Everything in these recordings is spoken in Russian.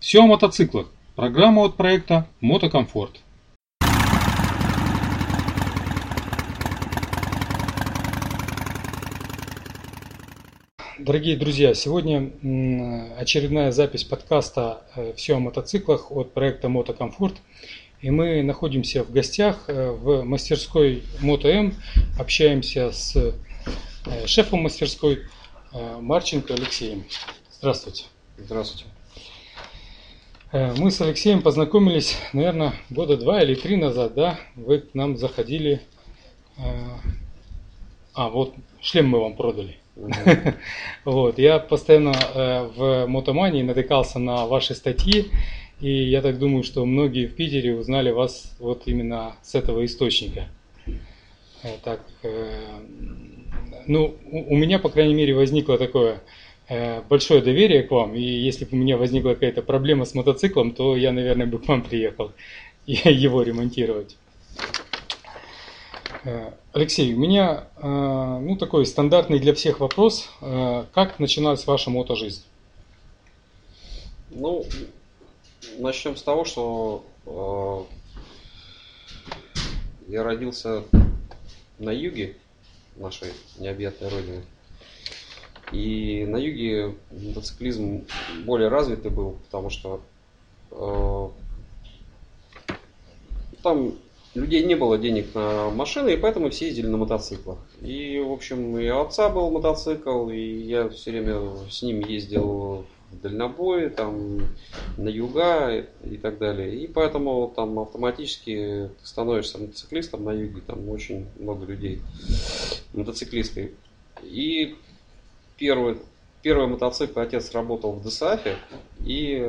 Все о мотоциклах. Программа от проекта «Мотокомфорт». Дорогие друзья, сегодня очередная запись подкаста «Все о мотоциклах» от проекта «Мотокомфорт». И мы находимся в гостях в мастерской МоtoМ, общаемся с шефом мастерской Марченко Алексеем. Здравствуйте. Здравствуйте. Мы с Алексеем познакомились, наверное, года 2 или 3 назад, да? Вы к нам заходили. Вот шлем мы вам продали. Вот, я постоянно в Мотомании натыкался на ваши статьи, и я так думаю, что многие в Питере узнали вас вот именно с этого источника. У меня, по крайней мере, возникло такое большое доверие к вам, и если бы у меня возникла какая-то проблема с мотоциклом, то я, наверное, бы к вам приехал его ремонтировать. Алексей, у меня такой стандартный для всех вопрос. Как начиналась ваша мотожизнь? Начнем с того, что я родился на юге нашей необъятной родины. И на юге мотоциклизм более развитый был, потому что там людей не было денег на машины, и поэтому все ездили на мотоциклах. И, в общем, и у отца был мотоцикл, и я все время с ним ездил в дальнобой, там, на юга и так далее. И поэтому там автоматически ты становишься мотоциклистом на юге, там очень много людей, мотоциклисты. И первый мотоцикл отец работал в ДСАФе и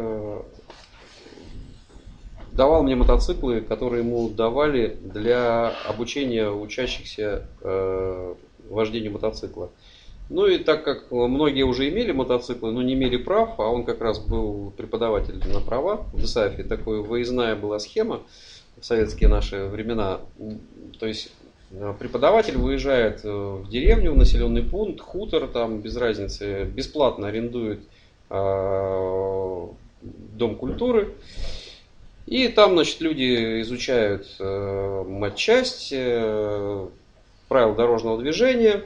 давал мне мотоциклы, которые ему давали для обучения учащихся вождению мотоцикла. Ну и так как многие уже имели мотоциклы, но не имели прав, а он как раз был преподаватель на права в ДСАФе, такая выездная была схема в советские наши времена. То есть преподаватель выезжает в деревню, в населенный пункт, хутор, там без разницы, бесплатно арендует дом культуры. И там, люди изучают матчасть, правила дорожного движения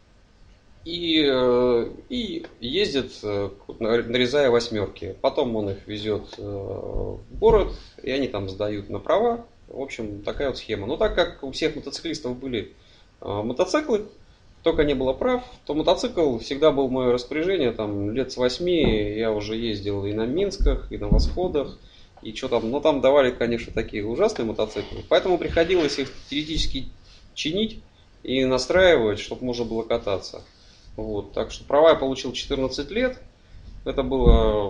и ездят, нарезая восьмерки. Потом он их везет в город, и они там сдают на права. В общем, такая вот схема. Но так как у всех мотоциклистов были мотоциклы, только не было прав, то мотоцикл всегда был в мое распоряжение. Там лет с 8 я уже ездил и на Минсках, и на Восходах. И что там, там давали, конечно, такие ужасные мотоциклы. Поэтому приходилось их теоретически чинить и настраивать, чтобы можно было кататься. Вот. Так что права я получил 14 лет. Это было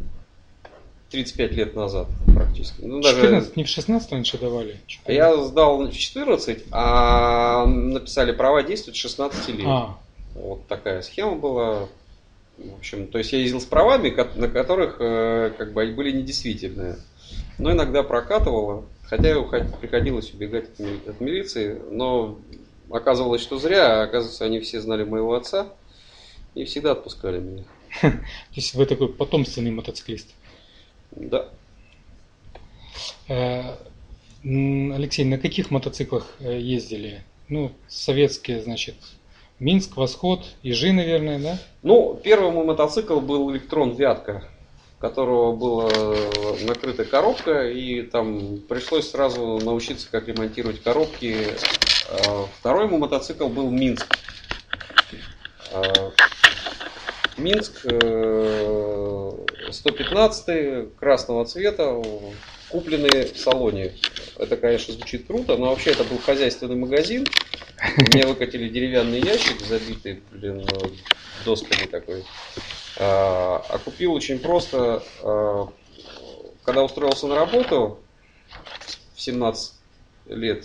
35 лет назад практически. 14, не в 16 раньше давали? 14. Я сдал в 14, а написали права действуют с 16 лет. Вот такая схема была. В общем, то есть я ездил с правами, на которых были недействительные. Но иногда прокатывало, хотя приходилось убегать от милиции, но оказывалось, что зря, оказывается, они все знали моего отца и всегда отпускали меня. То есть вы такой потомственный мотоциклист? Да. Алексей, на каких мотоциклах ездили? Советские, значит, Минск, Восход, Ижи, наверное, да? Первый мой мотоцикл был Электрон Вятка, у которого была накрыта коробка, и там пришлось сразу научиться, как ремонтировать коробки. Второй мой мотоцикл был Минск. Минск 115 красного цвета, купленный в салоне. Это, конечно, звучит круто, но вообще это был хозяйственный магазин. Мне выкатили деревянный ящик, забитый, досками такой. А купил очень просто, когда устроился на работу в 17 лет.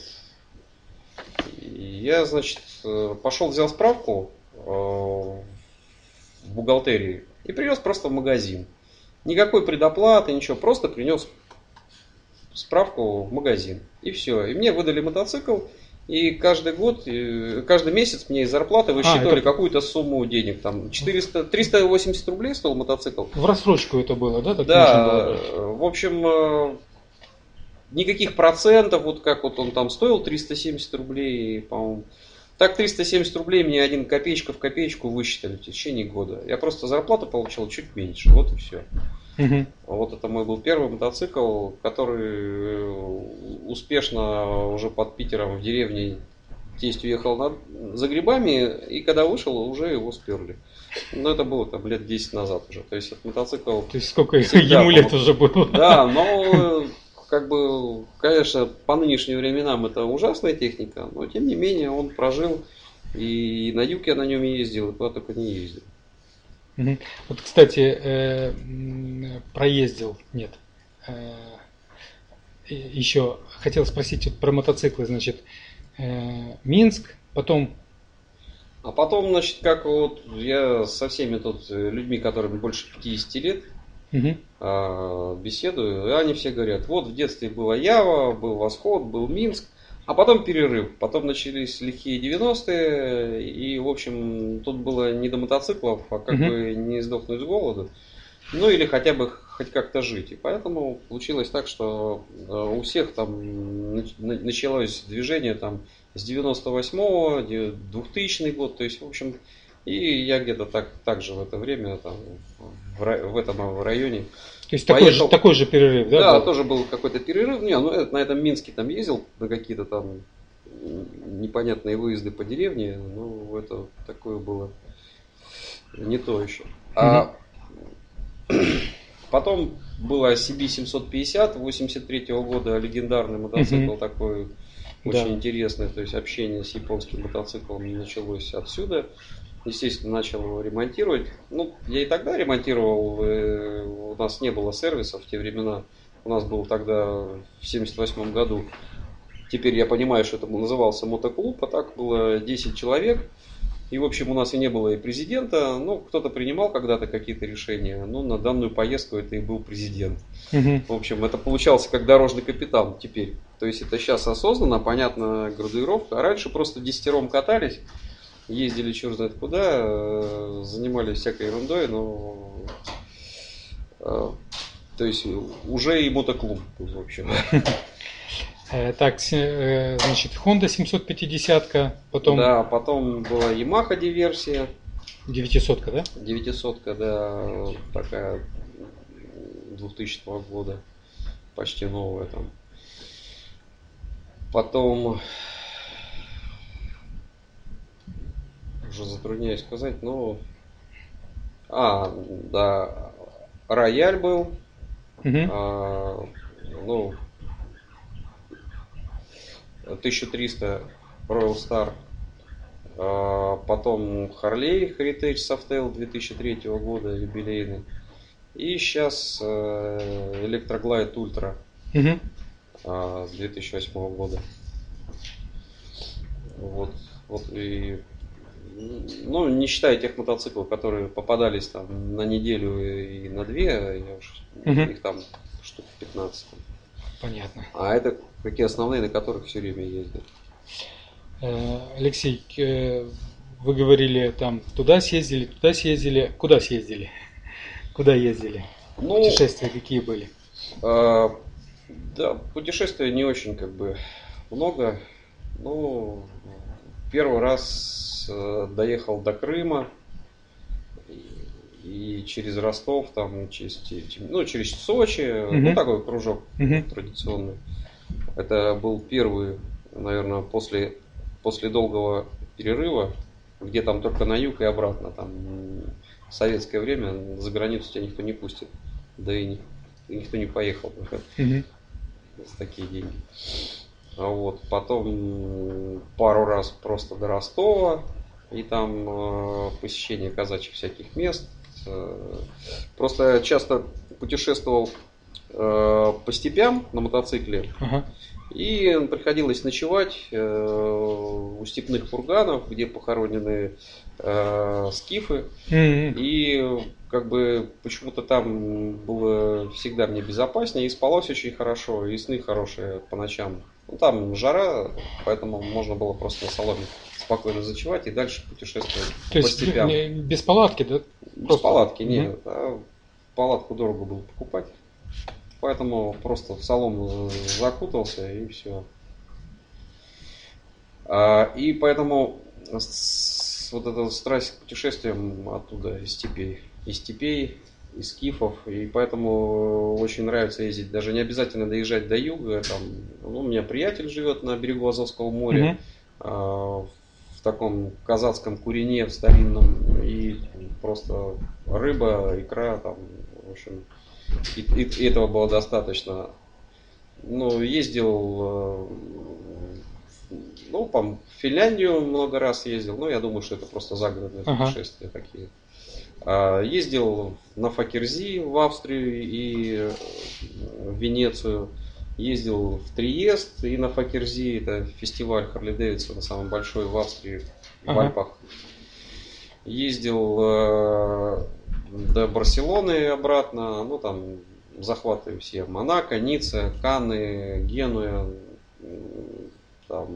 Я, пошел, взял справку в бухгалтерии и принес просто в магазин. Никакой предоплаты, ничего, просто принес справку в магазин. И все. И мне выдали мотоцикл. И каждый год, каждый месяц мне из зарплаты высчитывали какую-то сумму денег. Там 380 рублей стоил мотоцикл. В рассрочку это было, да? Так да, в общем, никаких процентов, вот как вот он там стоил, 370 рублей, по-моему. Так 370 рублей мне один копеечка в копеечку высчитали в течение года. Я просто зарплату получал чуть меньше, вот и все. Вот это мой был первый мотоцикл, который успешно уже под Питером в деревне тесть уехал за грибами, и когда вышел, уже его сперли. Но это было там лет 10 назад уже. То есть этот мотоцикл... То есть сколько ему лет уже было? Да, но как бы, конечно, по нынешним временам это ужасная техника, но тем не менее он прожил, и на юг я на нем ездил, и куда только не ездил. Вот, кстати, проездил, нет, еще хотел спросить вот про мотоциклы, значит, Минск, потом... А потом, значит, как вот я со всеми тут людьми, которым больше 50 лет, беседую, и они все говорят, вот в детстве была Ява, был Восход, был Минск, а потом перерыв, потом начались лихие 90-е, и, в общем, тут было не до мотоциклов, а как бы не сдохнуть с голоду, ну или хотя бы хоть как-то жить. И поэтому получилось так, что у всех там началось движение там с 98-го, 2000 год, то есть, в общем, и я где-то так же в это время там, в этом районе. То есть такой же перерыв, да? Да, был? тоже был какой-то перерыв. Не, ну, на этом Минске там ездил на какие-то там непонятные выезды по деревне. Ну, это такое было не то еще. А потом было CB750 83-го года, легендарный мотоцикл такой, очень интересный. То есть общение с японским мотоциклом началось отсюда. Естественно, начал его ремонтировать. Ну, я и тогда ремонтировал, у нас не было сервисов в те времена. У нас был тогда в 78 году. Теперь я понимаю, что это назывался мотоклуб, а так было 10 человек. И, в общем, у нас и не было и президента. Ну, кто-то принимал когда-то какие-то решения. Ну, на данную поездку это и был президент. В общем, это получался как дорожный капитан теперь. То есть это сейчас осознанно, понятно, градуировка. А раньше просто десятером катались. Ездили черт знает куда, занимались всякой ерундой, но то есть уже и мотоклуб был, в общем. Так, значит, Honda 750, потом... Да, потом была Yamaha диверсия. 900, да? 900, да, такая 2000 года, почти новая там. Потом... Уже затрудняюсь сказать, но... да, Рояль был. Ну, 1300 Royal Star. Потом Harley Heritage Softail 2003 года, юбилейный. И сейчас Electroglide Ultra с 2008 года. Вот и... Ну, не считая тех мотоциклов, которые попадались там на неделю и на две, их там штук 15. Понятно. А это какие основные, на которых все время ездят. Алексей, вы говорили там туда съездили. Куда съездили? Куда ездили? Ну, путешествия какие были? Да, путешествия не очень как бы много. Ну, первый раз доехал до Крыма и через Ростов, там, через Сочи, ну такой кружок традиционный. Это был первый, наверное, после долгого перерыва, где там только на юг и обратно. Там в советское время за границу тебя никто не пустит, да и никто не поехал за такие деньги. А вот потом пару раз просто до Ростова, и там посещение казачьих всяких мест. Просто я часто путешествовал по степям на мотоцикле, и приходилось ночевать у степных курганов, где похоронены скифы. И как бы почему-то там было всегда мне безопаснее, и спалось очень хорошо, и сны хорошие по ночам Ну, там жара, поэтому можно было просто на соломе спокойно зачевать и дальше путешествовать То по есть степям. без палатки, да? Без палатки, нет. А палатку дорого было покупать. Поэтому просто в солому закутался и все. И поэтому вот эта страсть к путешествиям оттуда, из степей, из скифов, и поэтому очень нравится ездить. Даже не обязательно доезжать до юга. Там, ну, у меня приятель живет на берегу Азовского моря, в таком казацком Курине, в старинном, и просто рыба, икра, там, в общем, и этого было достаточно. Ну, ездил, ну, в Финляндию много раз ездил, но я думаю, что это просто загородные путешествия такие. Ездил на Факерзи в Австрию и в Венецию. Ездил в Триест и на Факерзи, это фестиваль Харли Дэвидсона, самый большой в Австрии, в Альпах. Ездил до Барселоны и обратно, ну там захваты все: Монако, Ницца, Канны, Генуя, там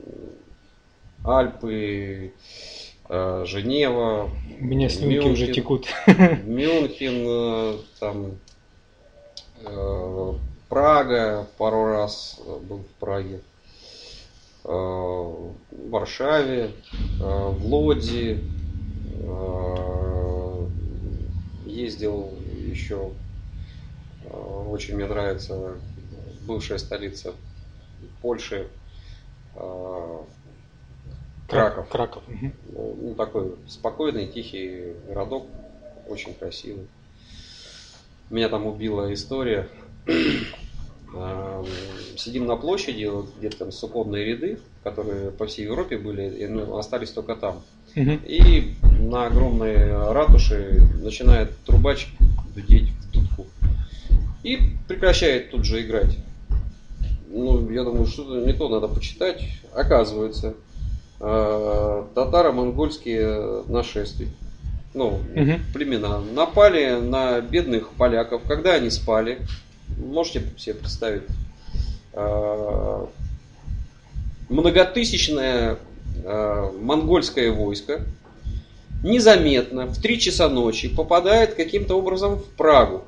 Альпы, Женева. У меня слюнки уже текут. Мюнхен, там Прага, пару раз был в Праге, в Варшаве, в Лодзи, ездил еще, очень мне нравится бывшая столица Польши, Краков. Ну, такой спокойный, тихий городок, очень красивый. Меня там убила история. Сидим на площади, вот где-то там суконные ряды, которые по всей Европе были, и, ну, остались только там. И на огромной ратуше начинает трубач дудеть в дудку. И прекращает тут же играть. Ну, я думаю, что-то не то, надо почитать. Оказывается, татаро-монгольские нашествия, ну, племена, напали на бедных поляков, когда они спали. Можете себе представить, многотысячное монгольское войско незаметно в 3 часа ночи попадает каким-то образом в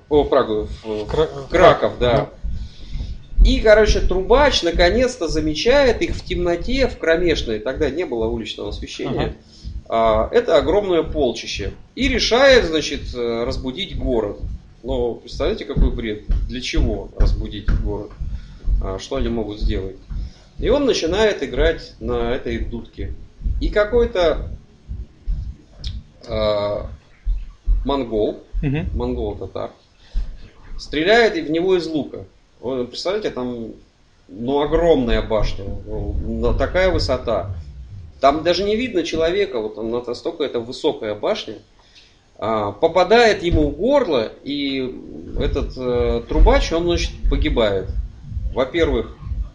Краков, да. И, короче, трубач наконец-то замечает их в темноте, в кромешной, тогда не было уличного освещения, это огромное полчище. И решает, значит, разбудить город. Но представляете, какой бред? Для чего разбудить город? Что они могут сделать? И он начинает играть на этой дудке. И какой-то монгол-татар, стреляет в него из лука. Вы представляете, там, ну, огромная башня, такая высота. Там даже не видно человека, вот настолько это высокая башня. Попадает ему в горло, и этот трубач, он, значит, погибает. Во-первых,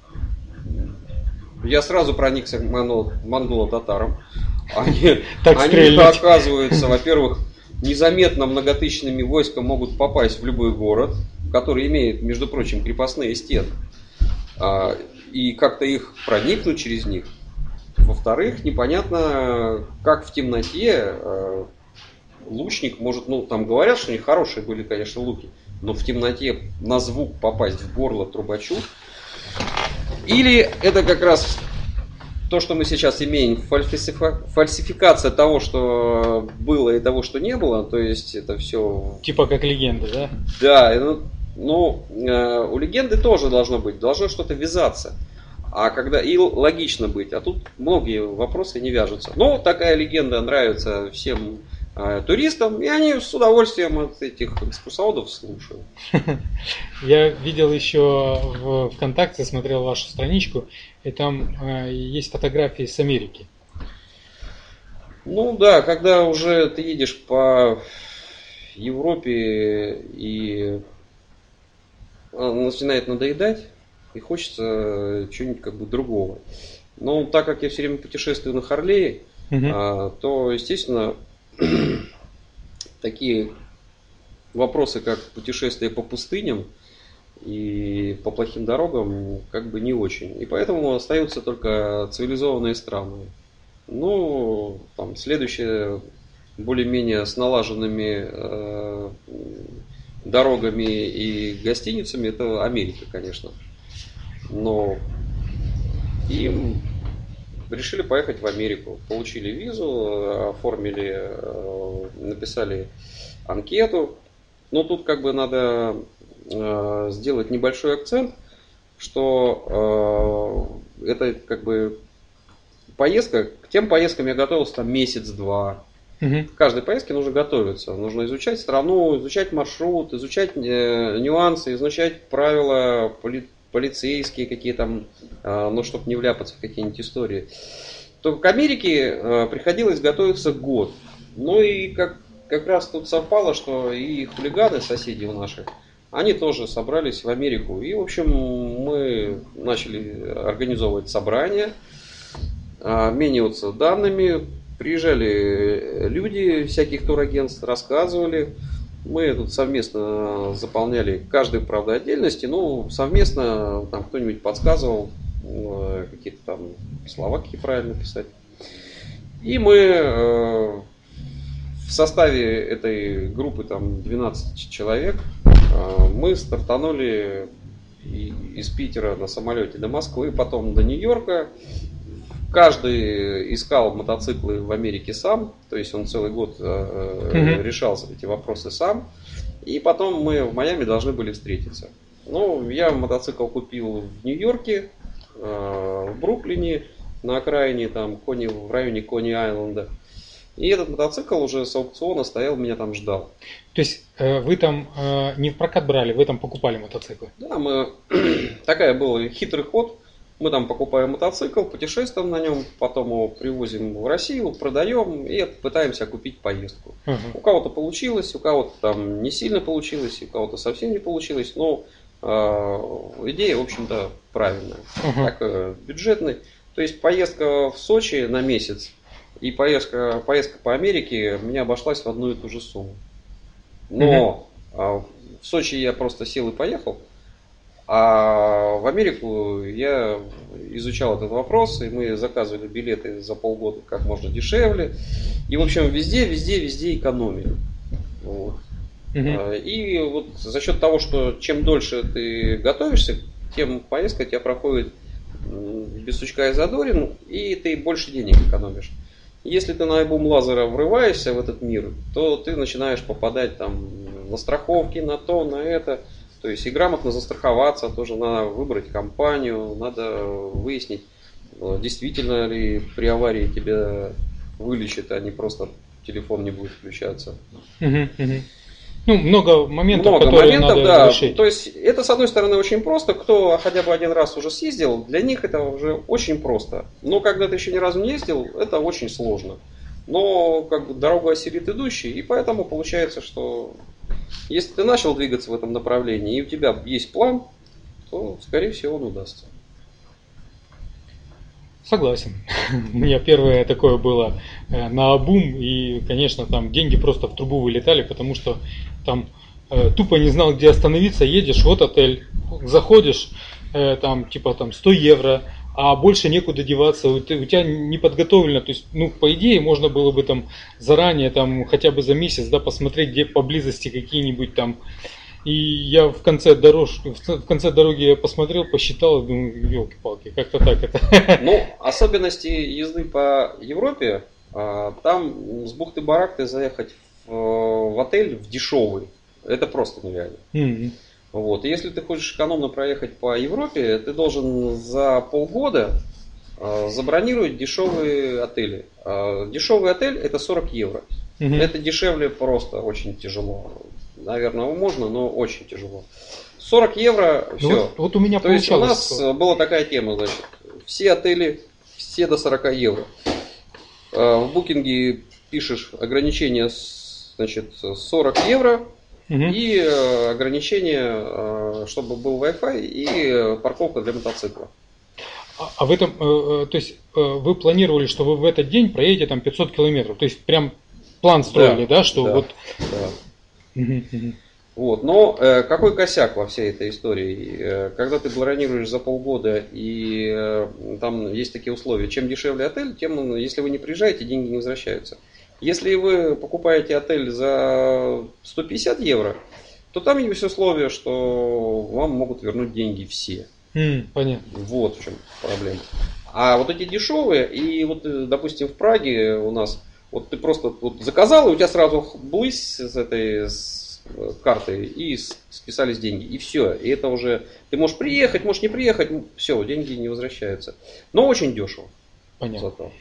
я сразу проникся к монголо-татарам. Они-то, оказывается, во-первых, незаметно многотысячными войсками могут попасть в любой город, который имеет, между прочим, крепостные стены, и как-то их проникнуть через них. Во-вторых, непонятно, как в темноте лучник может, ну, там говорят, что у них хорошие были, конечно, луки, но в темноте на звук попасть в горло трубачу. Или это как раз то, что мы сейчас имеем, фальсификация того, что было, и того, что не было, то есть это все... Типа как легенда, да? Да, ну, у легенды тоже должно что-то вязаться. И логично быть, а тут многие вопросы не вяжутся. Но такая легенда нравится всем туристам, и они с удовольствием от этих экскурсоводов слушают. Я видел еще в ВКонтакте, смотрел вашу страничку, и там есть фотографии с Америки. Ну да, когда уже ты едешь по Европе и начинает надоедать, и хочется чего-нибудь как бы другого. Но так как я все время путешествую на Харлее, то, естественно, такие вопросы, как путешествие по пустыням И по плохим дорогам как бы не очень. И поэтому остаются только цивилизованные страны. Ну, там, следующее, более-менее с налаженными дорогами и гостиницами, это Америка, конечно. Но им решили поехать в Америку. Получили визу, оформили, написали анкету. Но тут как бы надо сделать небольшой акцент, что это как бы поездка, к тем поездкам я готовился там месяц-два. К каждой поездке нужно готовиться. Нужно изучать страну, изучать маршрут, изучать нюансы, изучать правила полицейские какие там, ну, чтобы не вляпаться в какие-нибудь истории. То к Америке приходилось готовиться год. Ну и как раз тут совпало, что и хулиганы, соседи у наших, они тоже собрались в Америку. И, в общем, мы начали организовывать собрания, обмениваться данными. Приезжали люди всяких турагентств, рассказывали. Мы тут совместно заполняли, каждый, правда, отдельности, но совместно там кто-нибудь подсказывал, какие-то там слова какие правильно писать. И мы в составе этой группы, там 12 человек, мы стартанули из Питера на самолете до Москвы, потом до Нью-Йорка. Каждый искал мотоциклы в Америке сам, то есть он целый год решал эти вопросы сам. И потом мы в Майами должны были встретиться. Ну, я мотоцикл купил в Нью-Йорке, в Бруклине, на окраине, там, в районе Кони-Айленда. И этот мотоцикл уже с аукциона стоял, меня там ждал. То есть вы там не в прокат брали, вы там покупали мотоциклы? Да, такая был хитрый ход. Мы там покупаем мотоцикл, путешествуем на нем, потом его привозим в Россию, продаем и пытаемся окупить поездку. У кого-то получилось, у кого-то там не сильно получилось, у кого-то совсем не получилось, но идея, в общем-то, правильная, так, бюджетная. То есть поездка в Сочи на месяц и поездка по Америке меня обошлась в одну и ту же сумму. Но в Сочи я просто сел и поехал. А в Америку я изучал этот вопрос, и мы заказывали билеты за полгода как можно дешевле. И, в общем, везде экономили. Вот. И вот за счет того, что чем дольше ты готовишься, тем поездка у тебя проходит без сучка и задорин, и ты больше денег экономишь. Если ты на бум лазера врываешься в этот мир, то ты начинаешь попадать там на страховки, на то, на это. То есть и грамотно застраховаться, тоже надо выбрать компанию, надо выяснить, действительно ли при аварии тебя вылечат, а не просто телефон не будет включаться. Ну, много моментов, надо да. решить. То есть это, с одной стороны, очень просто. Кто хотя бы один раз уже съездил, для них это уже очень просто. Но когда ты еще ни разу не ездил, это очень сложно. Но как бы дорогу осилит идущий, и поэтому получается, что если ты начал двигаться в этом направлении, и у тебя есть план, то, скорее всего, он удастся. Согласен. У меня первое такое было наобум, и, конечно, там деньги просто в трубу вылетали, потому что там тупо не знал, где остановиться. Едешь, вот отель, заходишь, там типа там 100 евро, а больше некуда деваться, у тебя не подготовлено. То есть, ну, по идее, можно было бы там заранее, там, хотя бы за месяц, да, посмотреть, где поблизости какие-нибудь там. И я в конце дороги я посмотрел, посчитал, думаю, елки-палки, как-то так это. Ну, особенности езды по Европе, там с бухты-барахты заехать в отель в дешевый, это просто нереально. Вот. И если ты хочешь экономно проехать по Европе, ты должен за полгода забронировать дешевые отели. Дешевый отель это 40 евро. Это дешевле просто очень тяжело. Наверное, можно, но очень тяжело. 40 евро, все. Вот у меня То есть у нас была такая тема, значит, все отели, все до 40 евро. В букинге пишешь ограничение, значит, 40 евро. И ограничение, чтобы был Wi-Fi и парковка для мотоцикла. А в этом, то есть вы планировали, что вы в этот день проедете там 500 километров, то есть прям план строили, да, что да, вот. Да. Вот. Но какой косяк во всей этой истории? Когда ты бронируешь за полгода, и там есть такие условия, чем дешевле отель, тем, если вы не приезжаете, деньги не возвращаются. Если вы покупаете отель за 150 евро, то там есть условие, что вам могут вернуть деньги все. Понятно. Вот в чем проблема. А вот эти дешевые, и вот, допустим, в Праге у нас, вот ты просто вот заказал, и у тебя сразу блысь с картой, и списались деньги. И все. И это уже, ты можешь приехать, можешь не приехать, все, деньги не возвращаются. Но очень дешево. Понятно. Зато.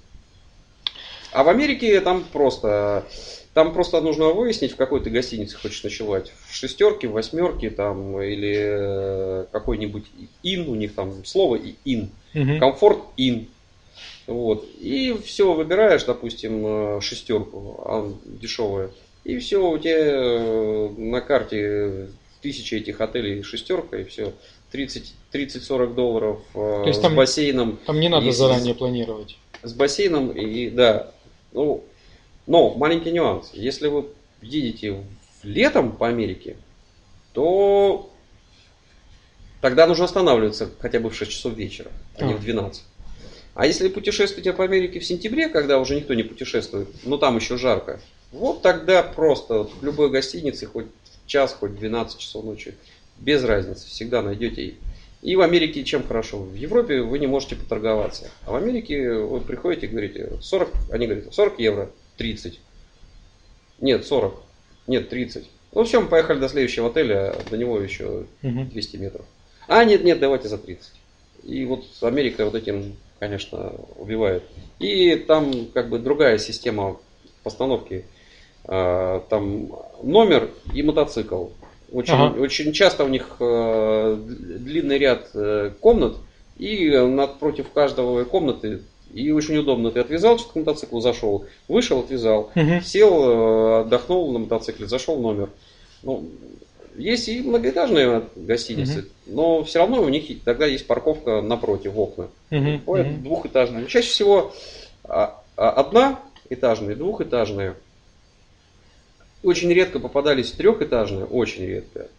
А в Америке там просто нужно выяснить, в какой ты гостинице хочешь ночевать. В шестерке, в восьмерке там, или какой-нибудь ин, у них там слово ин, комфорт ин. Вот. И все, выбираешь, допустим, шестерку, а дешевая. И все, у тебя на карте 1000 этих отелей шестерка, и все. 30-40 долларов с там, бассейном. Там не надо заранее планировать. С бассейном, и да. Ну, но маленький нюанс. Если вы едете летом по Америке, то тогда нужно останавливаться хотя бы в 6 часов вечера, а не в 12. А если путешествуете по Америке в сентябре, когда уже никто не путешествует, но там еще жарко, вот тогда просто в любой гостинице хоть час, хоть 12 часов ночи, без разницы, всегда найдете. И в Америке чем хорошо? В Европе вы не можете поторговаться. А в Америке вы приходите и говорите 40, они говорят 40 евро, 30. Нет, 40. Нет, 30. Ну все, мы поехали до следующего отеля, до него еще 200 метров. А нет, давайте за 30. И вот Америка вот этим, конечно, убивает. И там как бы другая система постановки. Там номер и мотоцикл. Очень часто у них длинный ряд комнат, и напротив каждого комнаты, и очень удобно. Ты отвязал что-то к мотоциклу, зашел, вышел, отвязал, сел, отдохнул на мотоцикле, зашел в номер. Ну, есть и многоэтажные гостиницы, но все равно у них тогда есть парковка напротив, окна. Бывает двухэтажные. Чаще всего одноэтажные, двухэтажные. Очень редко попадались трехэтажные, очень редко.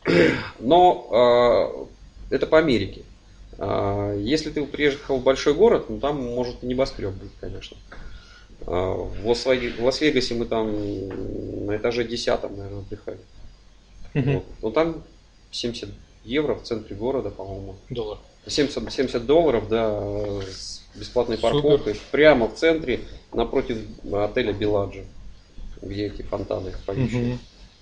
Но это по Америке. Если ты приехал в большой город, ну там может и небоскреб быть, конечно. В Лас-Вегасе мы там на этаже 10, наверное, отдыхали. Вот. Но там 70 евро в центре города, по-моему. Доллар. 70 долларов, да, с бесплатной парковкой. Прямо в центре, напротив отеля Беладжи, где эти фонтаны поющие.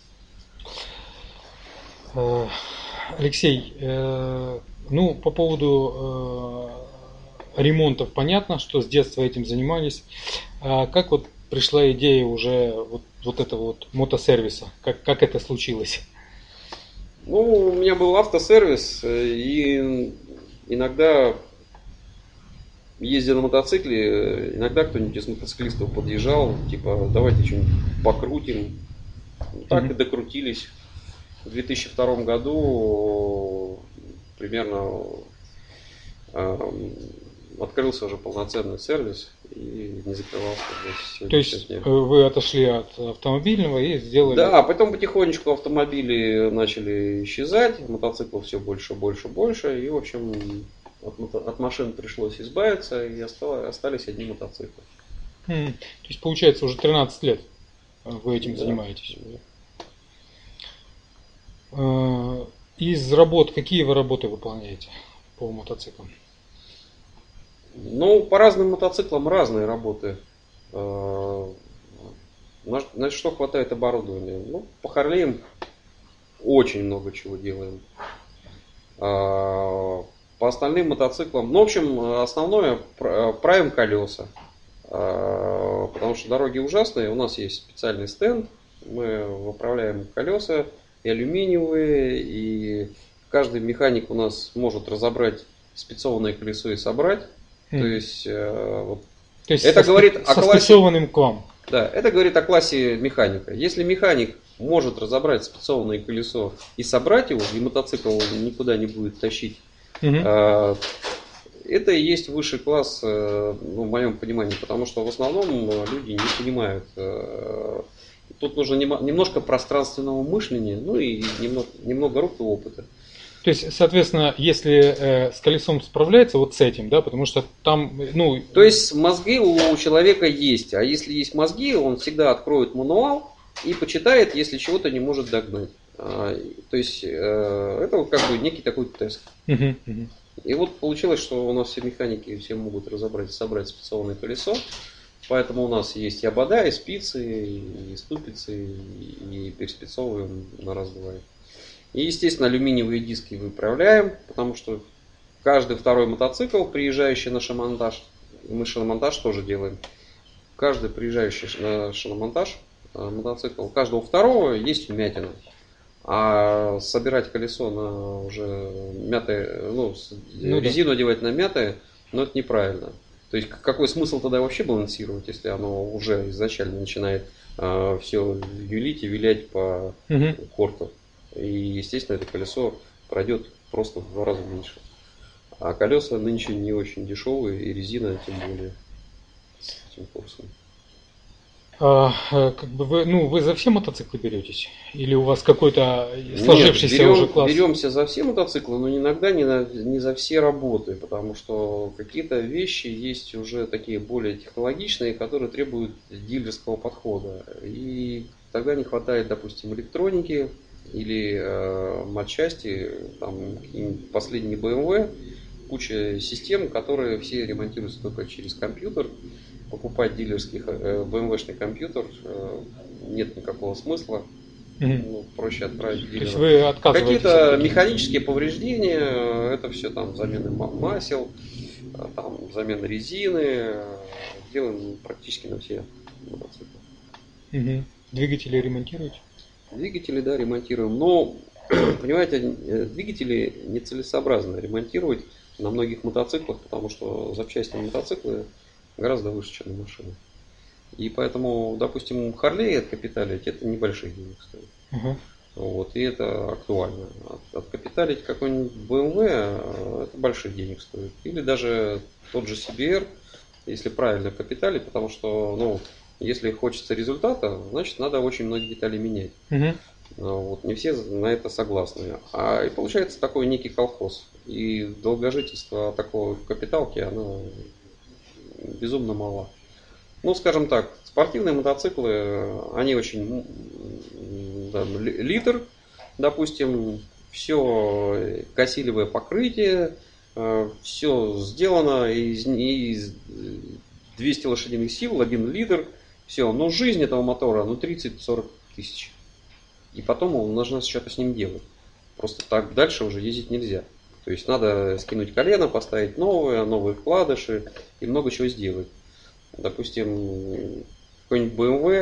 Алексей, ну, по поводу ремонтов понятно, что с детства этим занимались. А как вот пришла идея уже вот этого вот мотосервиса? Как это случилось? Ну, у меня был автосервис, и иногда, ездя на мотоцикле, иногда кто-нибудь из мотоциклистов подъезжал, типа, давайте что-нибудь покрутим. Так и докрутились. В 2002 году примерно открылся уже полноценный сервис и не закрывался. То есть вы отошли от автомобильного и сделали... Да, потом потихонечку автомобили начали исчезать, мотоциклов все больше, больше, и в общем от машин пришлось избавиться, и остались одни мотоциклы. То есть получается уже 13 лет вы этим занимаетесь. Из работ, какие вы работы выполняете по мотоциклам? Ну, по разным мотоциклам разные работы. На что хватает оборудования? Ну, по Харлеям очень много чего делаем. По остальным мотоциклам, ну, в общем, основное правим колеса. Потому что дороги ужасные. У нас есть специальный стенд. Мы выправляем колеса и алюминиевые. И каждый механик у нас может разобрать спецованное колесо и собрать. То есть это говорит о классе, к вам. Да, это говорит о классе механика. Если механик может разобрать спецованное колесо и собрать его, и мотоцикл никуда не будет тащить, это и есть высший класс, в моем понимании, потому что в основном люди не понимают. То тут нужно немножко пространственного мышления, ну и немного рук и опыта. То есть, соответственно, если с колесом справляется вот с этим, да, потому что там, ну... То есть мозги у человека есть, а если есть мозги, он всегда откроет мануал и почитает, если чего-то не может догнать. То есть это вот как бы некий такой тест. И вот получилось, что у нас все механики все могут собрать спецованное колесо. Поэтому у нас есть и обода, и спицы, и ступицы, и переспецовываем на раз-два. И, естественно, алюминиевые диски выправляем, потому что каждый второй мотоцикл, приезжающий на шиномонтаж, мы шиномонтаж тоже делаем, каждый приезжающий на шиномонтаж мотоцикл, у каждого второго есть вмятина. А собирать колесо на уже мятое, резину одевать на мятое, это неправильно. То есть какой смысл тогда вообще балансировать, если оно уже изначально начинает все юлить и вилять по корту. И, естественно, это колесо пройдет просто в 2 раза меньше. А колеса нынче не очень дешевые, и резина тем более с этим курсом. Как бы вы за все мотоциклы беретесь? Или у вас какой-то сложившийся уже класс? Беремся за все мотоциклы, но иногда не за все работы, потому что какие-то вещи есть уже такие более технологичные, которые требуют дилерского подхода. И тогда не хватает, допустим, электроники или матчасти, там последний BMW, куча систем, которые все ремонтируются только через компьютер. Покупать дилерский BMW-шный компьютер нет никакого смысла. Проще отправить дилера. То есть вы отказываетесь? Какие-то механические повреждения, это все там замены масел, там замена резины, делаем практически на все мотоциклы. Двигатели ремонтируете? Двигатели, да, ремонтируем. Но, понимаете, двигатели нецелесообразно ремонтировать на многих мотоциклах, потому что запчасти на мотоциклы гораздо выше, чем на машины. И поэтому, допустим, Харлей откапиталить это небольших денег стоит. Вот, и это актуально. Откапиталить какой-нибудь BMW это больших денег стоит. Или даже тот же CBR, если правильно капиталить, потому что, если хочется результата, значит надо очень многие детали менять. Вот, не все на это согласны. И получается такой некий колхоз. И долгожительство такого в капиталке, оно безумно мало. Скажем так, спортивные мотоциклы, они очень литр, допустим, все косилевое покрытие, все сделано из 200 лошадиных сил, 1 литр, все. Но жизнь этого мотора 30-40 тысяч. И потом нужно что-то с ним делать. Просто так дальше уже ездить нельзя. То есть надо скинуть колено, поставить новые вкладыши и много чего сделать. Допустим, какой-нибудь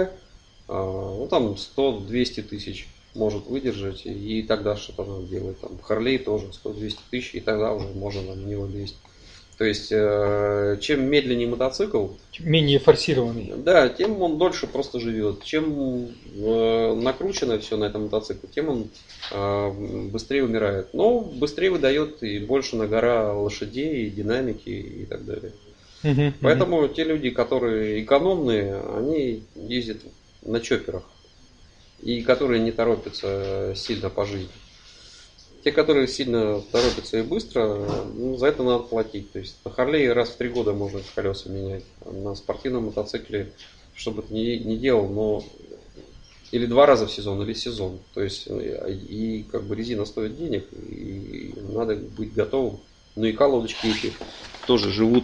BMW, там 100-200 тысяч может выдержать, и тогда что-то надо делать. Там Харлей тоже 100-200 тысяч, и тогда уже можно на него лезть. То есть, чем медленнее мотоцикл, менее форсированный. Да, тем он дольше просто живет. Чем накручено все на этом мотоцикле, тем он быстрее умирает. Но быстрее выдает и больше на гора лошадей, и динамики и так далее. Поэтому те люди, которые экономные, они ездят на чопперах. И которые не торопятся сильно по жизни. Те, которые сильно торопятся и быстро, за это надо платить. То есть на Харлее раз в 3 года можно колеса менять. На спортивном мотоцикле, чтобы ты не делал, но или 2 раза в сезон, или сезон. То есть и как бы резина стоит денег, и надо быть готовым. И колодочки эти тоже живут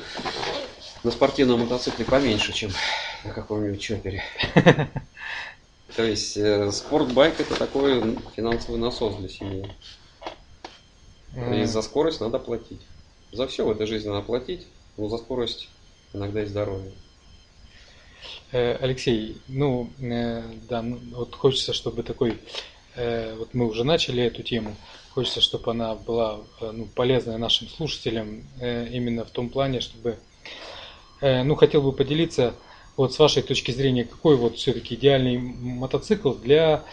на спортивном мотоцикле поменьше, чем на каком-нибудь чоппере. То есть спортбайк это такой финансовый насос для семьи. И за скорость надо платить. За все в этой жизни надо платить, но за скорость иногда и здоровье. Алексей, да, вот хочется, чтобы такой, вот мы уже начали эту тему, хочется, чтобы она была полезная нашим слушателям именно в том плане, чтобы, хотел бы поделиться. Вот с вашей точки зрения, какой вот все-таки идеальный мотоцикл для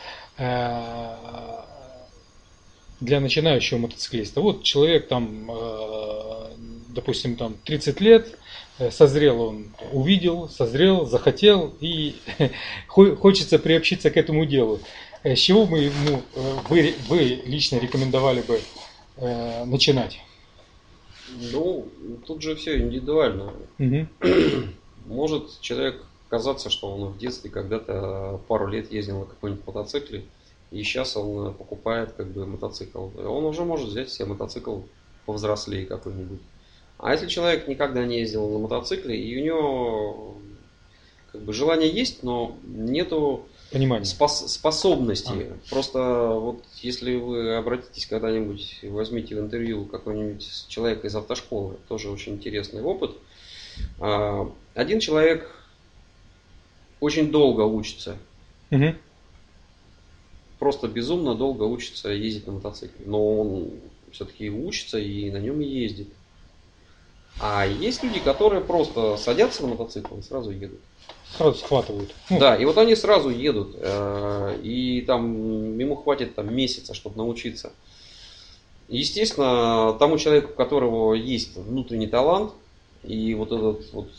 начинающего мотоциклиста? Вот человек там, допустим, 30 лет, созрел он, увидел, созрел, захотел и хочется приобщиться к этому делу. С чего мы ему, вы лично рекомендовали бы начинать? Ну, тут же все индивидуально. Угу. Может человек казаться, что он в детстве когда-то пару лет ездил на какой-нибудь мотоцикле, и сейчас он покупает как бы мотоцикл. Он уже может взять себе мотоцикл повзрослее какой-нибудь. А если человек никогда не ездил на мотоцикле, и у него как бы желание есть, но нету способности. Просто вот если вы обратитесь когда-нибудь, возьмите в интервью какого-нибудь человека из автошколы, тоже очень интересный опыт. Один человек очень долго учится. Угу. Просто безумно долго учится ездить на мотоцикле. Но он все-таки учится и на нем ездит. А есть люди, которые просто садятся на мотоцикл и сразу едут. Сразу схватывают. Да, и вот они сразу едут. И там ему хватит там месяца, чтобы научиться. Естественно, тому человеку, у которого есть внутренний талант, и вот этот вот,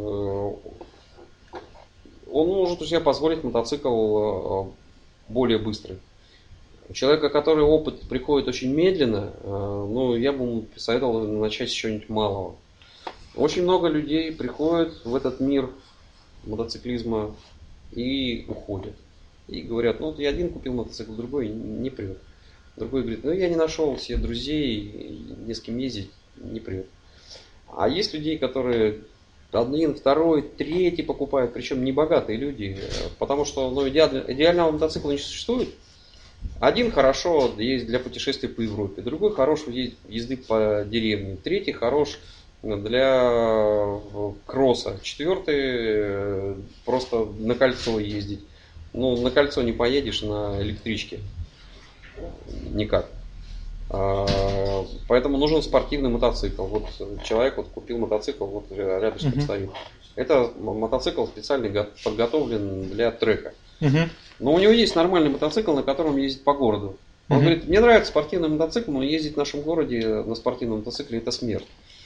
он может себе позволить мотоцикл более быстрый. У человека, который опыт приходит очень медленно, ну, я бы ему посоветовал начать с чего-нибудь малого. Очень много людей приходят в этот мир мотоциклизма и уходят. И говорят, ну, вот я один купил мотоцикл, другой не прет. Другой говорит, ну, я не нашел себе друзей, не с кем ездить, не прет. А есть людей, которые один, второй, третий покупают, причем не богатые люди, потому что ну, идеального мотоцикла не существует. Один хорошо есть для путешествий по Европе, другой хорош езды по деревне, третий хорош для кросса, четвертый просто на кольцо ездить. Ну, на кольцо не поедешь на электричке. Никак. Поэтому нужен спортивный мотоцикл. Вот человек вот купил мотоцикл, вот рядышком стоит. Это мотоцикл специально подготовлен для трека. Но у него есть нормальный мотоцикл, на котором ездит по городу. Он говорит, мне нравится спортивный мотоцикл, но ездить в нашем городе на спортивном мотоцикле это смерть.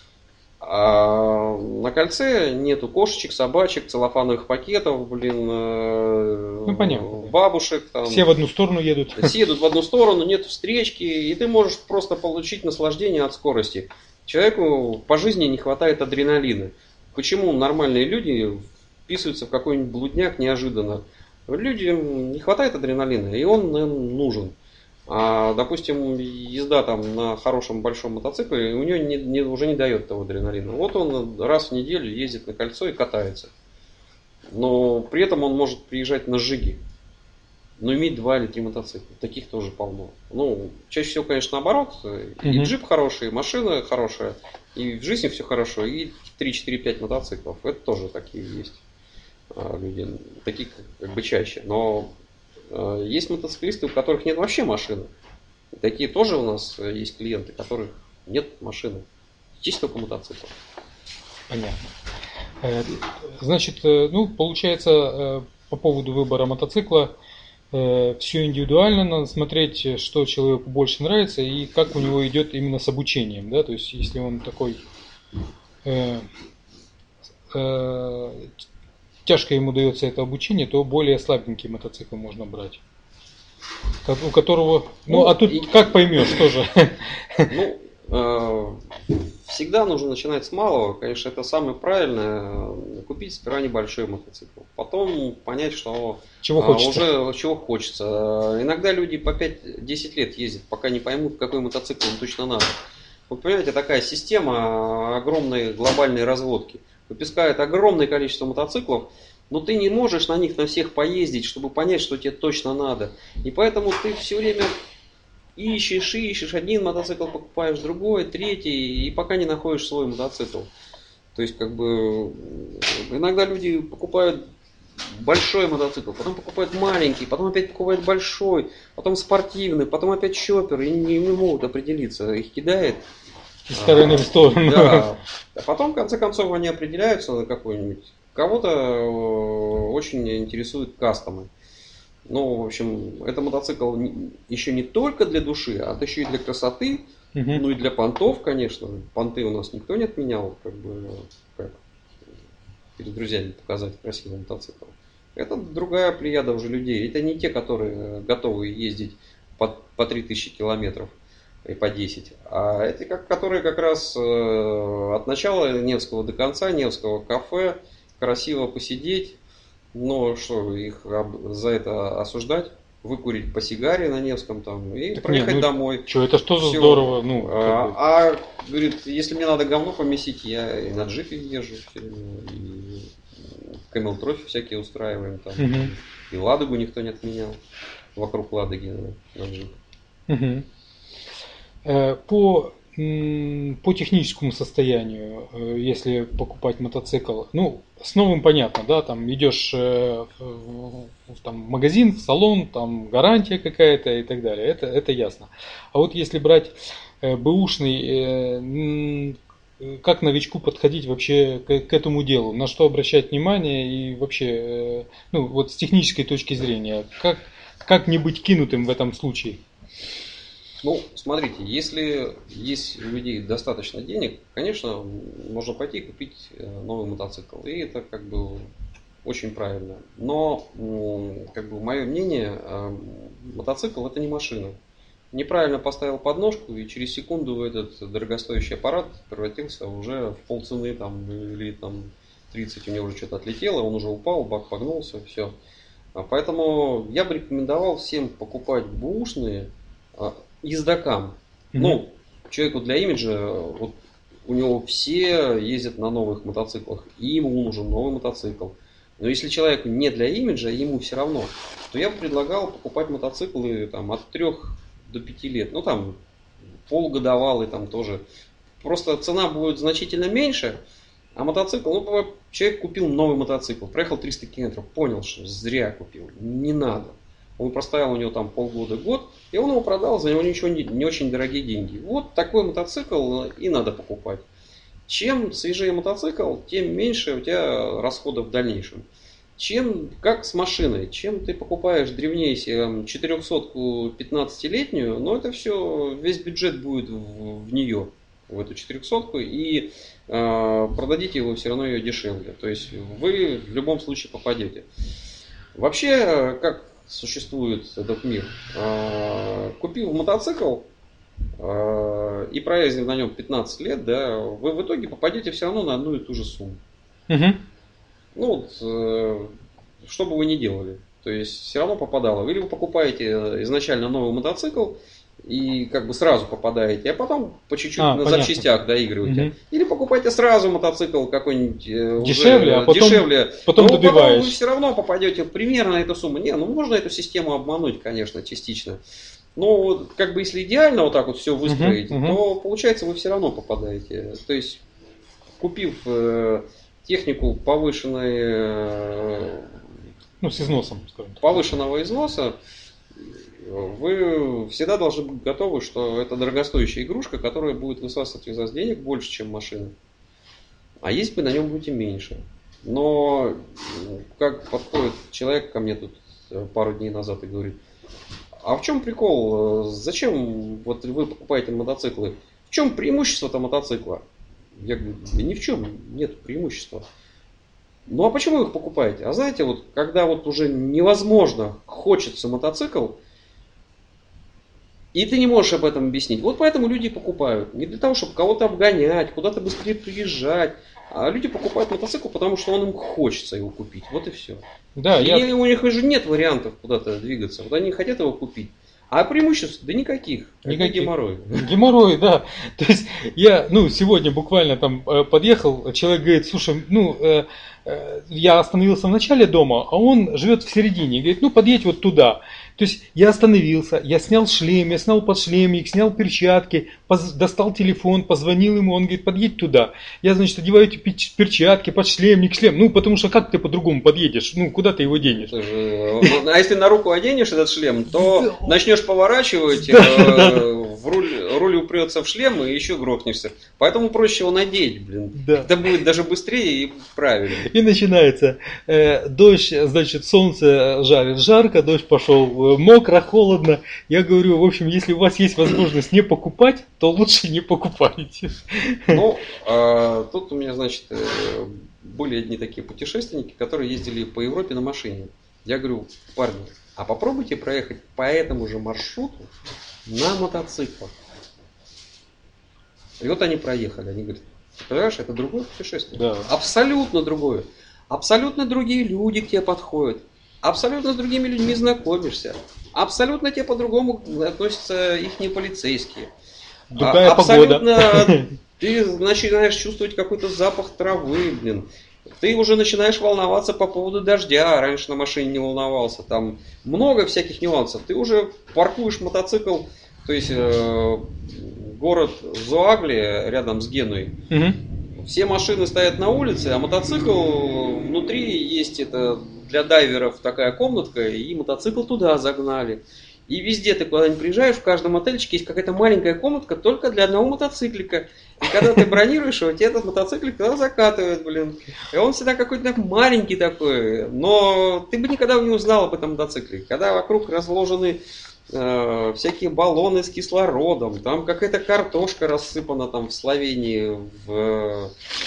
А на кольце нету кошечек, собачек, целлофановых пакетов, ну, понятно. Бабушек. Там. Все в одну сторону едут. Все едут в одну сторону, нету встречки, и ты можешь просто получить наслаждение от скорости. Человеку по жизни не хватает адреналина. Почему нормальные люди вписываются в какой-нибудь блудняк неожиданно? Людям не хватает адреналина, и он им нужен. А, допустим, езда там на хорошем большом мотоцикле у него уже не дает того адреналина. Вот он раз в неделю ездит на кольцо и катается. Но при этом он может приезжать на жиги. Но иметь 2 или 3 мотоцикла. Таких тоже полно. Ну, чаще всего, конечно, наоборот. И джип хороший, и машина хорошая, и в жизни все хорошо, и 3-4-5 мотоциклов. Это тоже такие есть люди. Такие как бы чаще. Но есть мотоциклисты, у которых нет вообще машины. Такие тоже у нас есть клиенты, у которых нет машины. Есть только мотоцикл. Понятно. Значит, ну, получается, по поводу выбора мотоцикла, все индивидуально, надо смотреть, что человеку больше нравится и как у него идет именно с обучением. Да? То есть, если он такой тяжко ему дается это обучение, то более слабенький мотоцикл можно брать. У которого... Ну, а тут как поймешь тоже? Ну, всегда нужно начинать с малого. Конечно, это самое правильное. Купить сперва небольшой мотоцикл. Потом понять, что чего хочется. Уже чего хочется. Иногда люди по 5-10 лет ездят, пока не поймут, какой мотоцикл им точно надо. Вот понимаете, такая система огромной глобальной разводки. Выпускает огромное количество мотоциклов, но ты не можешь на них на всех поездить, чтобы понять, что тебе точно надо. И поэтому ты все время ищешь, один мотоцикл покупаешь, другой, третий, и пока не находишь свой мотоцикл. То есть, как бы, иногда люди покупают большой мотоцикл, потом покупают маленький, потом опять покупают большой, потом спортивный, потом опять шопер, и не могут определиться, их кидает. Из стороны в сторону. Да. А потом, в конце концов, они определяются на какой-нибудь. Кого-то очень интересуют кастомы. Ну, в общем, это мотоцикл еще не только для души, а еще и для красоты, ну и для понтов, конечно. Понты у нас никто не отменял, как бы, как перед друзьями показать красивый мотоцикл. Это другая плеяда уже людей. Это не те, которые готовы ездить по 3000 километров и по 10. А это которые как раз от начала Невского до конца, Невского кафе, красиво посидеть. Но что, их за это осуждать? Выкурить по сигаре на Невском там и так проехать домой. Что, это что за здорово? Ну, говорит, если мне надо говно помесить, я и на джипе езжу, и камел-трофи всякие устраиваем там. И Ладогу никто не отменял. Вокруг Ладоги на джип. По техническому состоянию, если покупать мотоцикл, ну, с новым понятно, да, там идешь в магазин, в салон, там гарантия какая-то и так далее, это ясно. А вот если брать бэушный, как новичку подходить вообще к этому делу, на что обращать внимание и вообще, ну, вот с технической точки зрения, как не быть кинутым в этом случае? Ну, смотрите, если есть у людей достаточно денег, конечно, можно пойти и купить новый мотоцикл. И это как бы очень правильно. Но, как бы, мое мнение, мотоцикл это не машина. Неправильно поставил подножку, и через секунду этот дорогостоящий аппарат превратился уже в полцены там, или там 30, у него уже что-то отлетело, он уже упал, бак погнулся, все. Поэтому я бы рекомендовал всем покупать бэушные ездокам. Ну, человеку для имиджа, вот у него все ездят на новых мотоциклах, и ему нужен новый мотоцикл. Но если человеку не для имиджа, ему все равно, то я бы предлагал покупать мотоциклы там, от 3 до 5 лет. Ну там полугодовалый там тоже. Просто цена будет значительно меньше, а мотоцикл, ну, человек купил новый мотоцикл, проехал 300 километров, понял, что зря купил, не надо. Он простоял у него там полгода-год, и он его продал за него ничего не очень дорогие деньги. Вот такой мотоцикл и надо покупать. Чем свежее мотоцикл, тем меньше у тебя расходов в дальнейшем. Как с машиной, чем ты покупаешь древнее 400-ку 15-летнюю, но это все, весь бюджет будет в нее, в эту 400-ку, и продадите его все равно ее дешевле. То есть вы в любом случае попадете. Вообще, как существует этот мир? Купив мотоцикл и проездив на нем 15 лет, да, вы в итоге попадете все равно на одну и ту же сумму. Ну вот, что бы вы ни делали, то есть все равно попадало. Или вы покупаете изначально новый мотоцикл и как бы сразу попадаете, а потом по чуть-чуть на запчастях доигрываете. Или покупайте сразу мотоцикл какой-нибудь дешевле, а потом но добиваешь. Потом вы все равно попадете примерно на эту сумму. Не, ну можно эту систему обмануть, конечно, частично. Но как бы если идеально вот так вот все выстроить, то получается вы все равно попадаете. То есть купив технику повышенной, ну, с износом, скажем так, повышенного износа, вы всегда должны быть готовы, что это дорогостоящая игрушка, которая будет высасывать из вас денег больше, чем машина. А есть вы на нем будете меньше. Но как подходит человек ко мне тут пару дней назад и говорит: а в чем прикол? Зачем вот вы покупаете мотоциклы? В чем преимущество-то мотоцикла? Я говорю, да ни в чем нет преимущества. Ну а почему вы их покупаете? А знаете, вот когда вот уже невозможно, хочется мотоцикл, и ты не можешь об этом объяснить. Вот поэтому люди покупают. Не для того, чтобы кого-то обгонять, куда-то быстрее приезжать. А люди покупают мотоцикл, потому что он им хочется его купить. Вот и все. Да, и у них же нет вариантов куда-то двигаться. Вот они хотят его купить. А преимуществ? Да никаких. Никаких. Геморрой. Геморрой, да. То есть я, сегодня буквально там подъехал, человек говорит: слушай, я остановился в начале дома, а он живет в середине. Говорит, подъедь вот туда. То есть я остановился, я снял шлем, я снял подшлемник, снял перчатки, достал телефон, позвонил ему, он говорит: подъедь туда. Я, значит, одеваю эти перчатки, подшлемник, шлем. Потому что как ты по-другому подъедешь? Куда ты его денешь? А если на руку оденешь этот шлем, то начнешь поворачивать, руль упрется в шлем и еще грохнешься. Поэтому проще его надеть, блин. Да. Это будет даже быстрее и правильно. И начинается. Дождь, значит, солнце жарит жарко, дождь пошел мокро, холодно. Я говорю, в общем, если у вас есть возможность не покупать, то лучше не покупайте. Ну, тут у меня, значит, были одни такие путешественники, которые ездили по Европе на машине. Я говорю, парни, а попробуйте проехать по этому же маршруту на мотоциклах. И вот они проехали. Они говорят, понимаешь, это другое путешествие. Да. Абсолютно другое. Абсолютно другие люди к тебе подходят. Абсолютно с другими людьми знакомишься. Абсолютно тебе по-другому относятся ихние полицейские. Другая абсолютно погода. Ты начинаешь чувствовать какой-то запах травы, блин. Ты уже начинаешь волноваться по поводу дождя. Раньше на машине не волновался. Там много всяких нюансов. Ты уже паркуешь мотоцикл, то есть город Зоагли рядом с Генуей. Угу. Все машины стоят на улице, а мотоцикл внутри есть это для дайверов такая комнатка, и мотоцикл туда загнали. И везде ты куда-нибудь приезжаешь, в каждом отельчике есть какая-то маленькая комнатка только для одного мотоциклика. И когда ты бронируешь его, тебе этот мотоциклик туда закатывают, блин. И он всегда какой-то маленький такой, но ты бы никогда не узнал об этом мотоцикле. Когда вокруг разложены всякие баллоны с кислородом, там какая-то картошка рассыпана там в Словении, в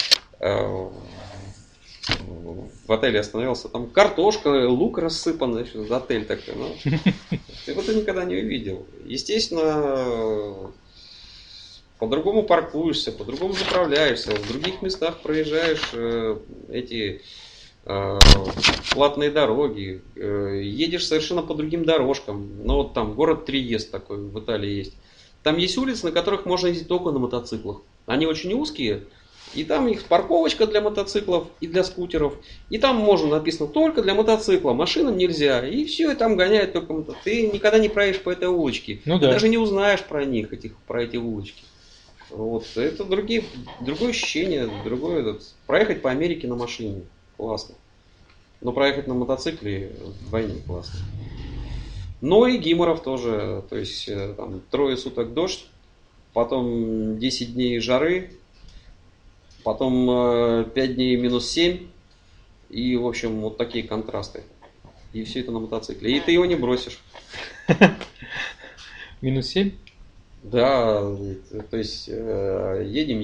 отеле остановился, там картошка, лук рассыпан, значит, отель такой, ну, ты вот это никогда не увидел. Естественно, по-другому паркуешься, по-другому заправляешься, в других местах проезжаешь эти платные дороги, едешь совершенно по другим дорожкам. Ну вот там город Триест такой в Италии есть. Там есть улицы, на которых можно ездить только на мотоциклах. Они очень узкие, и там их парковочка для мотоциклов и для скутеров. И там можно написано только для мотоцикла, машинам нельзя. И все, и там гоняют только мотоциклы. Ты никогда не проедешь по этой улочке. Ну, ты да. даже не узнаешь про них, про эти улочки. Вот. Это другое ощущение, проехать по Америке на машине. Классно. Но проехать на мотоцикле вдвойне классно. Но и геморров тоже. То есть там 3 суток дождь, потом 10 дней жары, потом 5 дней минус 7. И, в общем, вот такие контрасты. И все это на мотоцикле. И ты его не бросишь. Минус 7? Да, то есть едем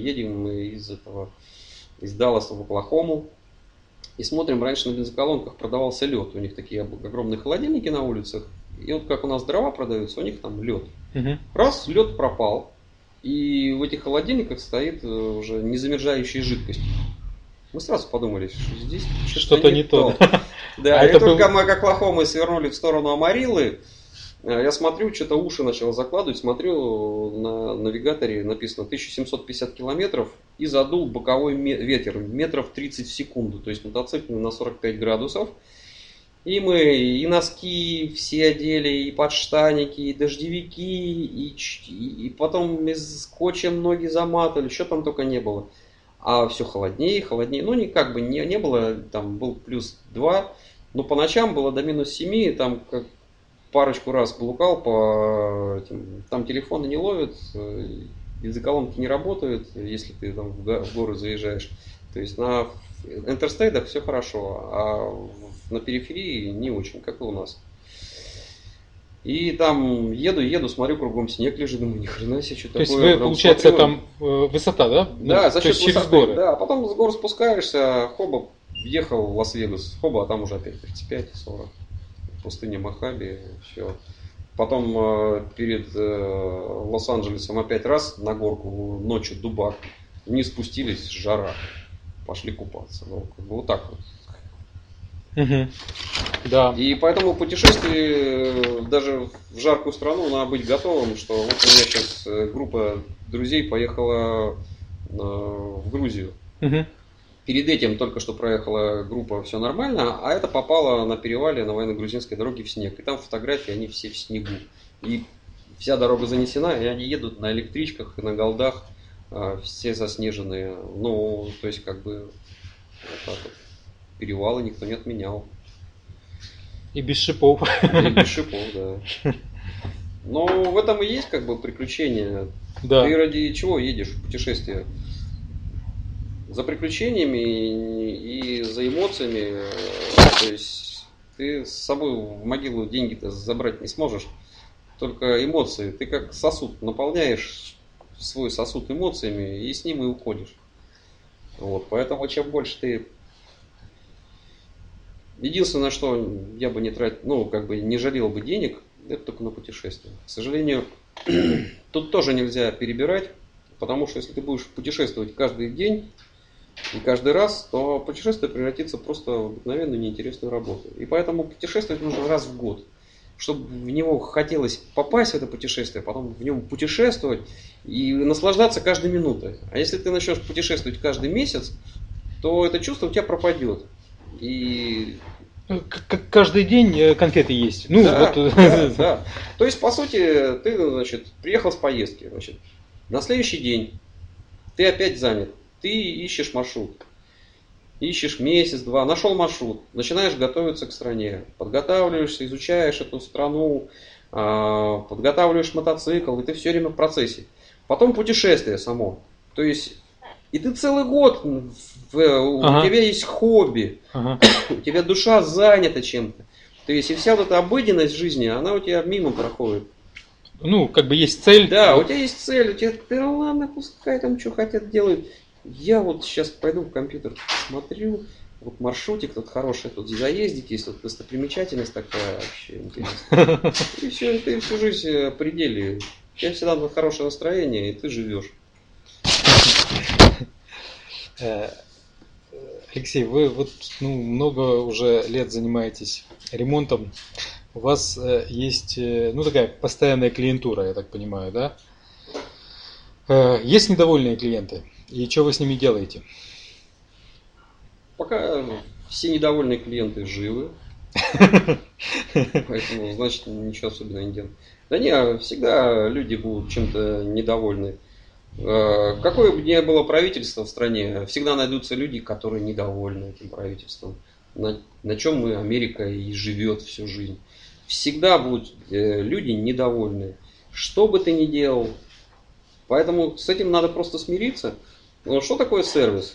из Далласа в Оклахому. И смотрим, раньше на бензоколонках продавался лед. У них такие огромные холодильники на улицах. И вот как у нас дрова продаются, у них там лед. Угу. Раз, лед пропал. И в этих холодильниках стоит уже незамерзающая жидкость. Мы сразу подумали, что здесь что-то не то. Да, и только мы как Оклахомы свернули в сторону Амариллы. Я смотрю, что-то уши начал закладывать, смотрю, на навигаторе написано 1750 километров и задул боковой ветер метров 30 в секунду, то есть мотоцикл на 45 градусов. И мы и носки все одели, и подштанники, и дождевики, и потом из скотча ноги заматывали, что там только не было. А все холоднее, холоднее. Ну, никак бы не было, там был плюс 2, но по ночам было до минус 7, там как парочку раз блукал по этим, там телефоны не ловят, бензоколонки не работают, если ты там в горы заезжаешь. То есть на интерстейтах все хорошо, а на периферии не очень, как и у нас. И там еду, смотрю, кругом снег лежит, думаю, ни хрена себе, что такое. То есть вы, получается, смотрю, там высота, да? Да, за счет через высоты, горы. Да, потом с гор спускаешься, хоба, въехал в Лас-Вегас, хоба, а там уже опять 35-40. Пустыня Мохаве, все. Потом перед Лос-Анджелесом опять раз на горку, ночью дубак. Вниз спустились, жара. Пошли купаться. Ну, как бы вот так вот. Угу. Да. И поэтому путешествие даже в жаркую страну надо быть готовым, что вот у меня сейчас группа друзей поехала в Грузию. Угу. Перед этим только что проехала группа «Все нормально», а это попало на перевале на военно-грузинской дороге в снег. И там фотографии, они все в снегу. И вся дорога занесена, и они едут на электричках и на голдах, все заснеженные. Ну, то есть, как бы, вот так вот. Перевалы никто не отменял. И без шипов. И без шипов, да. Но в этом и есть, как бы, приключения. Да. Ты ради чего едешь в путешествие? За приключениями и за эмоциями. То есть ты с собой в могилу деньги-то забрать не сможешь. Только эмоции. Ты как сосуд наполняешь свой сосуд эмоциями и с ним и уходишь. Вот. Поэтому чем больше ты... Единственное, что я бы не тратил, ну, как бы не жалел бы денег, это только на путешествия. К сожалению, тут тоже нельзя перебирать, потому что если ты будешь путешествовать каждый день и каждый раз, то путешествие превратится просто в обыкновенную неинтересную работу. И поэтому путешествовать нужно раз в год, чтобы в него хотелось попасть в это путешествие, потом в нем путешествовать и наслаждаться каждой минутой. А если ты начнешь путешествовать каждый месяц, то это чувство у тебя пропадет. И Каждый день конфеты есть. Ну, да, вот. да. То есть, по сути, ты, значит, приехал с поездки, значит, на следующий день ты опять занят, ты ищешь маршрут, ищешь месяц-два, нашел маршрут, начинаешь готовиться к стране, подготавливаешься, изучаешь эту страну, подготавливаешь мотоцикл, и ты все время в процессе. Потом путешествие само, то есть, и ты целый год, у тебя есть хобби, у тебя душа занята чем-то. То есть и вся вот эта обыденность жизни, она у тебя мимо проходит. Ну, как бы есть цель. Да, у тебя есть цель, у тебя, ну ладно, пускай там что хотят делают. Я вот сейчас пойду в компьютер посмотрю, вот маршрутик тут хороший, тут заездить, есть тут достопримечательность такая вообще интересная. И все, ты всю жизнь в пределе. У тебя всегда хорошее настроение, и ты живешь. Алексей, вы вот много уже лет занимаетесь ремонтом. У вас есть такая постоянная клиентура, я так понимаю, да? Есть недовольные клиенты? И что вы с ними делаете? Пока все недовольные клиенты живы. Поэтому, значит, ничего особенного не делаем. Да не, всегда люди будут чем-то недовольны. Какое бы ни было правительство в стране, всегда найдутся люди, которые недовольны этим правительством. На чем мы, Америка, и живет всю жизнь. Всегда будут люди недовольны. Что бы ты ни делал. Поэтому с этим надо просто смириться. Что такое сервис?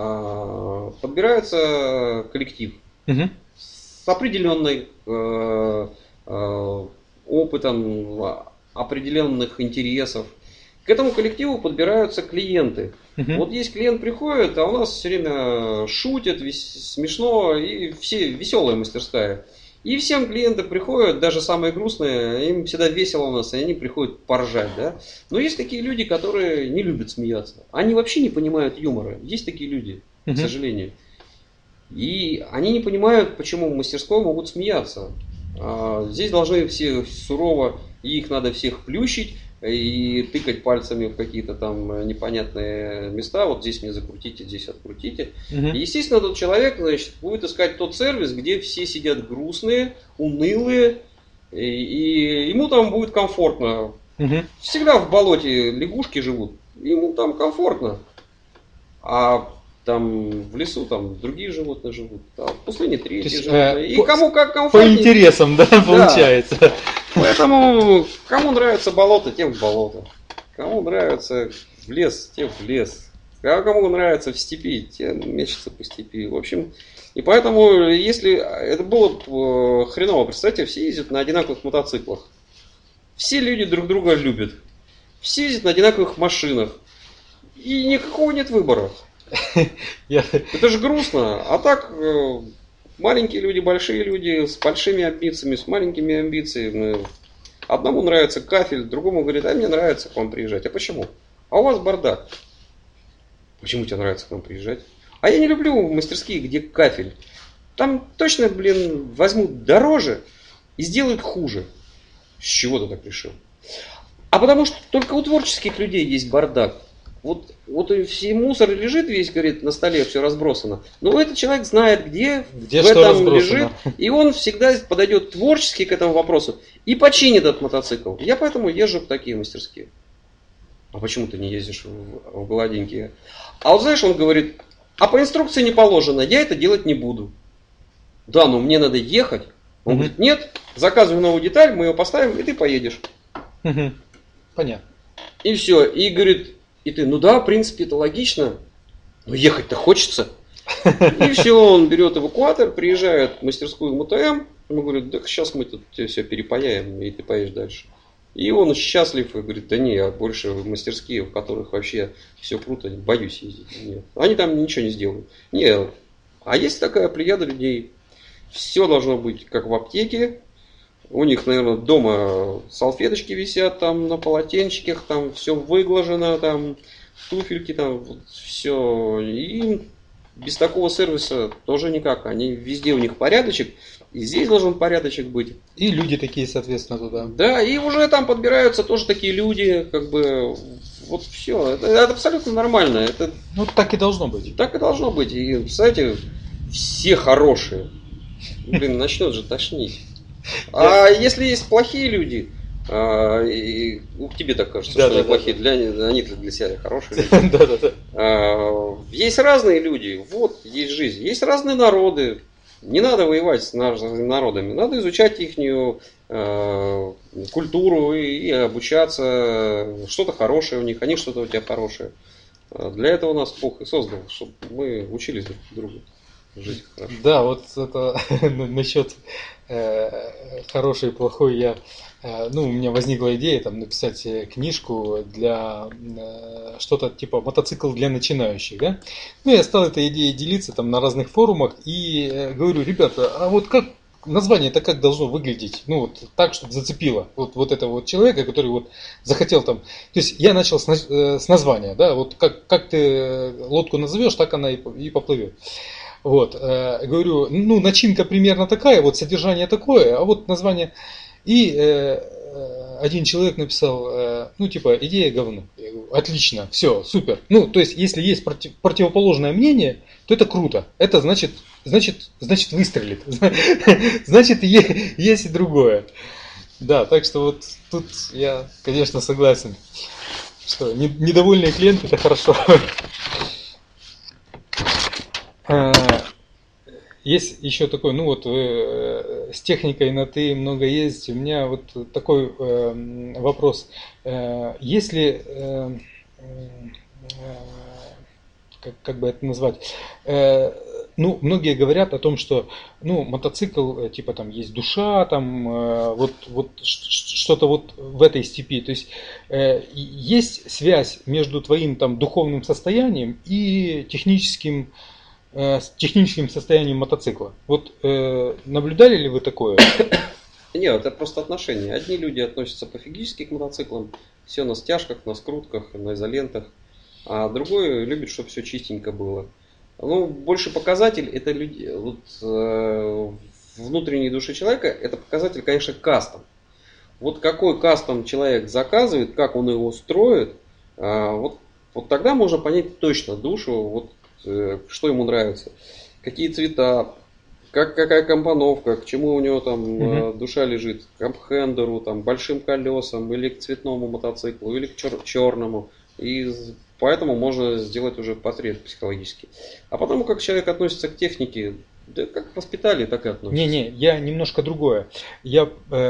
Подбирается коллектив с определенным опытом, определенных интересов. К этому коллективу подбираются клиенты. Вот есть клиент приходит, а у нас все время шутят, смешно, и все веселая мастерская. И всем клиенты приходят, даже самые грустные, им всегда весело у нас, и они приходят поржать, да. Но есть такие люди, которые не любят смеяться. Они вообще не понимают юмора. Есть такие люди, к сожалению. И они не понимают, почему в мастерской могут смеяться. Здесь должны все сурово, и их надо всех плющить, и тыкать пальцами в какие-то там непонятные места. Вот здесь мне закрутите, здесь открутите. И, естественно, тот человек, значит, будет искать тот сервис, где все сидят грустные, унылые, и ему там будет комфортно. Всегда в болоте лягушки живут, ему там комфортно. А там в лесу там другие животные живут, а в пустыне третьи животные. И кому как комфортнее. По интересам, да, получается. Да. Поэтому кому нравится болото, тем в болото. Кому нравится в лес, тем в лес. А кому нравится в степи, те мечется по степи. В общем, и поэтому, если это было бы хреново, представьте, все ездят на одинаковых мотоциклах. Все люди друг друга любят. Все ездят на одинаковых машинах. И никакого нет выбора. Это же грустно. А так, маленькие люди, большие люди, с большими амбициями, с маленькими амбициями. Одному нравится кафель, другому говорит, мне нравится к вам приезжать. А почему? А у вас бардак. Почему тебе нравится к нам приезжать? А я не люблю мастерские, где кафель. Там точно, возьмут дороже и сделают хуже. С чего ты так решил? А потому что только у творческих людей есть бардак. Вот и все мусор лежит весь, говорит, на столе все разбросано. Но этот человек знает, где в этом лежит. И он всегда подойдет творчески к этому вопросу и починит этот мотоцикл. Я поэтому езжу в такие мастерские. А почему ты не ездишь в гладенькие? А вот знаешь, он говорит, а по инструкции не положено, я это делать не буду. Да, но мне надо ехать. Он говорит, нет, заказывай новую деталь, мы ее поставим, и ты поедешь. Понятно. И все. И говорит, и ты, ну да, в принципе, это логично, но ехать-то хочется. И все, он берет эвакуатор, приезжает в мастерскую МТМ, ему говорят, да сейчас мы тут тебе все перепаяем, и ты поедешь дальше. И он счастлив и говорит, да не, я больше в мастерские, в которых вообще все круто, боюсь ездить. Нет. Они там ничего не сделают. Нет. А есть такая плеяда людей, все должно быть как в аптеке. У них, наверное, дома салфеточки висят там на полотенчиках, там все выглажено, там туфельки, там вот, все. И без такого сервиса тоже никак. Они везде у них порядочек, и здесь должен порядочек быть. И люди такие, соответственно, туда. Да, и уже там подбираются тоже такие люди, как бы, вот все. Это абсолютно нормально. Это, ну, так и должно быть. Так и должно быть. И, кстати, все хорошие. Блин, начнет же тошнить. А если есть плохие люди, и тебе так кажется, что они плохие, они для себя хорошие люди. Есть разные люди, вот есть жизнь. Есть разные народы. Не надо воевать с разными народами. Надо изучать их культуру и обучаться. Что-то хорошее у них, они что-то у тебя хорошее. Для этого нас Бог и создал, чтобы мы учились друг другу. Жить хорошо. Да, вот это насчет хороший и плохой, у меня возникла идея там написать книжку для что-то типа мотоцикл для начинающих, да? Ну, я стал этой идеей делиться там на разных форумах и говорю, ребята, а вот как название-то как должно выглядеть? Ну, вот так, чтобы зацепило вот этого вот человека, который вот захотел там. То есть я начал с названия, да, вот как ты лодку назовешь, так она и поплывет. Вот, говорю, ну, начинка примерно такая, вот содержание такое, а вот название. И один человек написал, идея говно. Я говорю, отлично, все, супер. Ну, то есть, если есть противоположное мнение, то это круто. Это значит выстрелит. Значит, есть и другое. Да, так что вот тут я, конечно, согласен, что недовольные клиенты – это хорошо. Есть еще такой, вы с техникой на ты много ездите. У меня вот такой вопрос. Если, как бы это назвать, многие говорят о том, что, мотоцикл, типа там есть душа, там вот что-то вот в этой степи. То есть есть связь между твоим там духовным состоянием и техническим состоянием мотоцикла. Вот наблюдали ли вы такое? Нет, это просто отношения. Одни люди относятся пофигически к мотоциклам, все на стяжках, на скрутках, на изолентах, а другой любит, чтобы все чистенько было. Больше показатель это люди, внутренней души человека, это показатель, конечно, кастом. Вот какой кастом человек заказывает, как он его строит, вот тогда можно понять точно душу, что ему нравится, какие цвета, какая компоновка, к чему у него там душа лежит, к амхендеру, там, большим колесам, или к цветному мотоциклу, или к черному. И поэтому можно сделать уже портрет психологический. А потому как человек относится к технике, да как воспитали, так и относится. Не, я немножко другое. Идея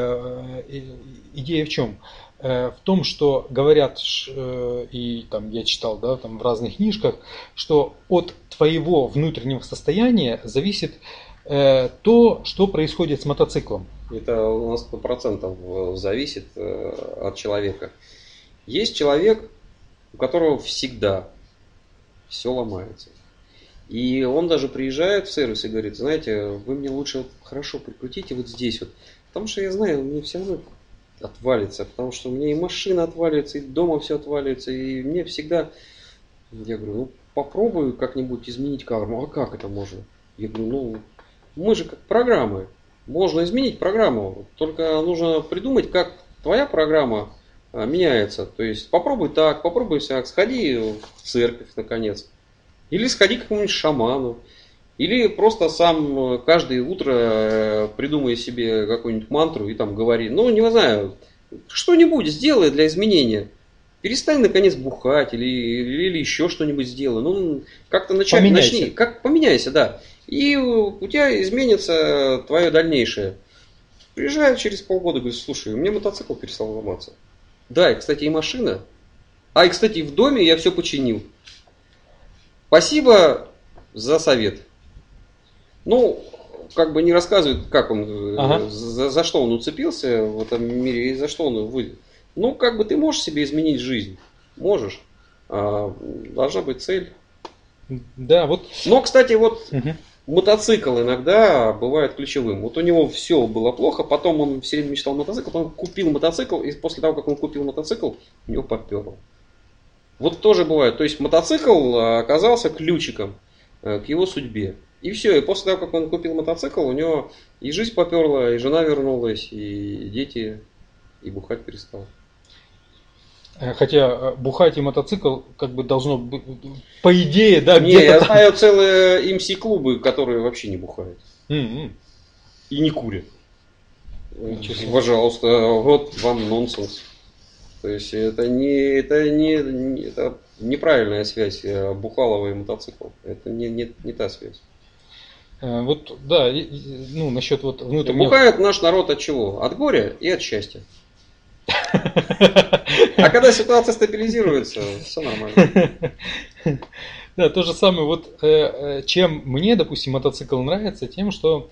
в чем? В том, что говорят, и там я читал, да, там в разных книжках, что от твоего внутреннего состояния зависит то, что происходит с мотоциклом. Это у нас 100% зависит от человека. Есть человек, у которого всегда все ломается. И он даже приезжает в сервис и говорит, знаете, вы мне лучше хорошо прикрутите вот здесь вот, потому что я знаю, мне все равно отвалится, потому что у меня и машина отваливается, и дома все отваливается, и мне всегда, я говорю, попробую как-нибудь изменить карму, а как это можно? Я говорю, мы же как программы, можно изменить программу, только нужно придумать, как твоя программа меняется, то есть попробуй так, попробуй сяк, сходи в церковь наконец, или сходи к какому-нибудь шаману, или просто сам каждое утро придумай себе какую-нибудь мантру и там говори, не знаю, что-нибудь сделай для изменения. Перестань наконец бухать или еще что-нибудь сделай. Как-то начни. Поменяйся, да. И у тебя изменится твое дальнейшее. Приезжает через полгода, говорит, слушай, у меня мотоцикл перестал ломаться. Да, и, кстати, и машина А, и, кстати, в доме я все починил. Спасибо за совет. Ну, как бы не рассказывает, как он, Ага. за что он уцепился в этом мире и за что он выйдет. Ну, как бы ты можешь себе изменить жизнь. Можешь. Должна быть цель. Да, вот. Но, кстати, вот Мгм. мотоцикл иногда бывает ключевым. Вот у него все было плохо, потом он все время мечтал мотоцикл, потом купил мотоцикл, и после того, как он купил мотоцикл, у него поперло. Вот тоже бывает. То есть мотоцикл оказался ключиком к его судьбе. И все, и после того, как он купил мотоцикл, у него и жизнь поперла, и жена вернулась, и дети, и бухать перестал. Хотя бухать и мотоцикл как бы должно быть, по идее, да, Не, я где-то там. знаю целые МС-клубы, которые вообще не бухают. М-м. И не курят. Ничего себе. Пожалуйста, вот вам нонсенс. То есть это это неправильная связь Бухалова и мотоцикла. Это не та связь. Вот, да, ну, насчет вот внутреннего... Бухает наш народ от чего? От горя и от счастья. А когда ситуация стабилизируется, все нормально. Да, то же самое, вот чем мне, допустим, мотоцикл нравится, тем, что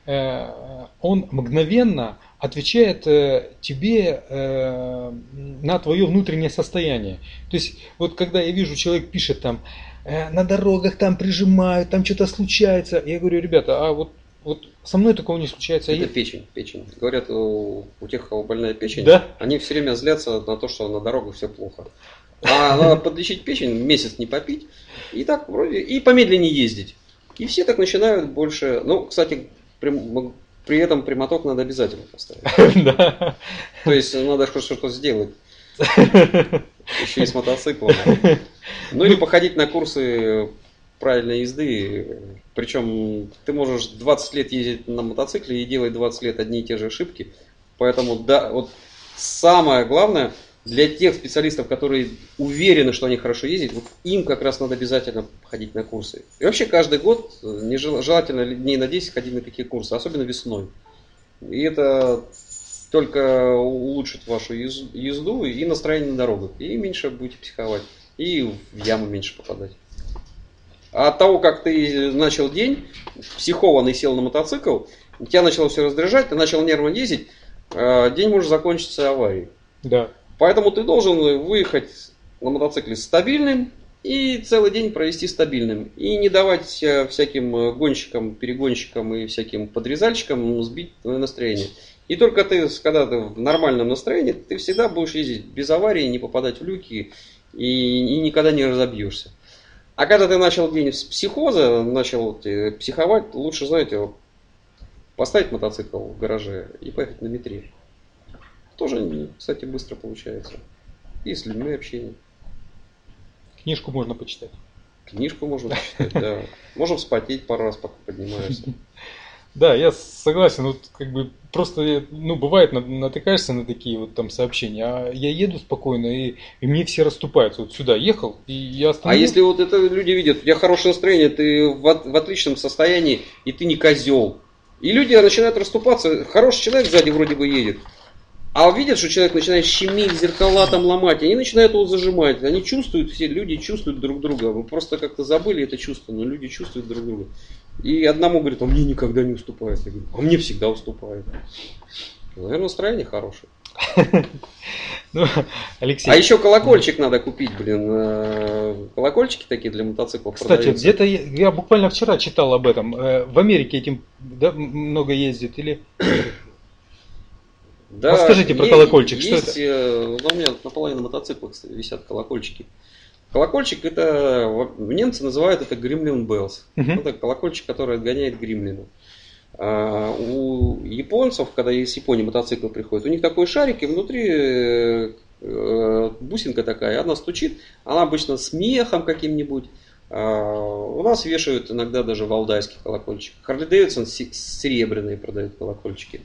он мгновенно отвечает тебе на твое внутреннее состояние. То есть, вот когда я вижу, человек пишет там, на дорогах там прижимают, там что-то случается, я говорю, ребята, а вот со мной такого не случается. Это печень. Говорят, у тех, у кого больная печень, Да? они все время злятся на то, что на дорогах все плохо. А надо подлечить печень, месяц не попить, и так вроде, и помедленнее ездить. И все так начинают больше. Ну, кстати, при этом прямоток надо обязательно поставить. Да. То есть надо что-то сделать. Еще и с мотоциклом. Ну или походить на курсы правильной езды. Причем ты можешь 20 лет ездить на мотоцикле и делать 20 лет одни и те же ошибки. Поэтому, да, вот самое главное, для тех специалистов, которые уверены, что они хорошо ездят, вот им как раз надо обязательно ходить на курсы. И вообще каждый год желательно дней на 10 ходить на такие курсы, особенно весной. И это только улучшит вашу езду и настроение на дорогах. И меньше будете психовать. И в яму меньше попадать. А от того, как ты начал день, психованный сел на мотоцикл, тебя начало все раздражать, ты начал нервно ездить, день может закончиться аварией. Да. Поэтому ты должен выехать на мотоцикле стабильным и целый день провести стабильным. И не давать всяким гонщикам, перегонщикам и всяким подрезальщикам сбить твое настроение. И только когда ты в нормальном настроении, ты всегда будешь ездить без аварии, не попадать в люки и никогда не разобьешься. А когда ты начал день с психоза, начал психовать, лучше, знаете, поставить мотоцикл в гараже и поехать на метре. Тоже, кстати, быстро получается. И с людьми общение. Книжку можно почитать. Книжку можно почитать, да. Можно вспотеть пару раз, пока поднимаешься. Да, я согласен. Вот как бы просто, ну, бывает, натыкаешься на такие вот там сообщения, а я еду спокойно, и мне все расступаются. Вот сюда ехал, и я А остановился. если вот это люди видят, у тебя хорошее настроение, ты в отличном состоянии, и ты не козел. И люди начинают расступаться. Хороший человек сзади вроде бы едет. А видят, что человек начинает щемить, зеркала там ломать, они начинают его зажимать. Они чувствуют, все люди чувствуют друг друга. Мы просто как-то забыли это чувство, но люди чувствуют друг друга. И одному говорит, а мне никогда не уступает. Я говорю, а мне всегда уступает. Наверное, настроение хорошее. Ну, Алексей. А еще колокольчик надо купить, блин. Колокольчики такие для мотоциклов Кстати, продаются. где-то я буквально вчера читал об этом. В Америке этим много ездит или... Да, расскажите про колокольчик, что есть, у меня на половине мотоциклов висят колокольчики. Колокольчик это, немцы называют это Gremlin Bells. Это колокольчик, который отгоняет гремлина. У японцев, когда из Японии мотоцикл приходит, у них такой шарик, и внутри бусинка такая, она стучит, она обычно с мехом каким-нибудь. У нас вешают иногда даже валдайский колокольчик. Харли Дэвидсон серебряные продают колокольчики.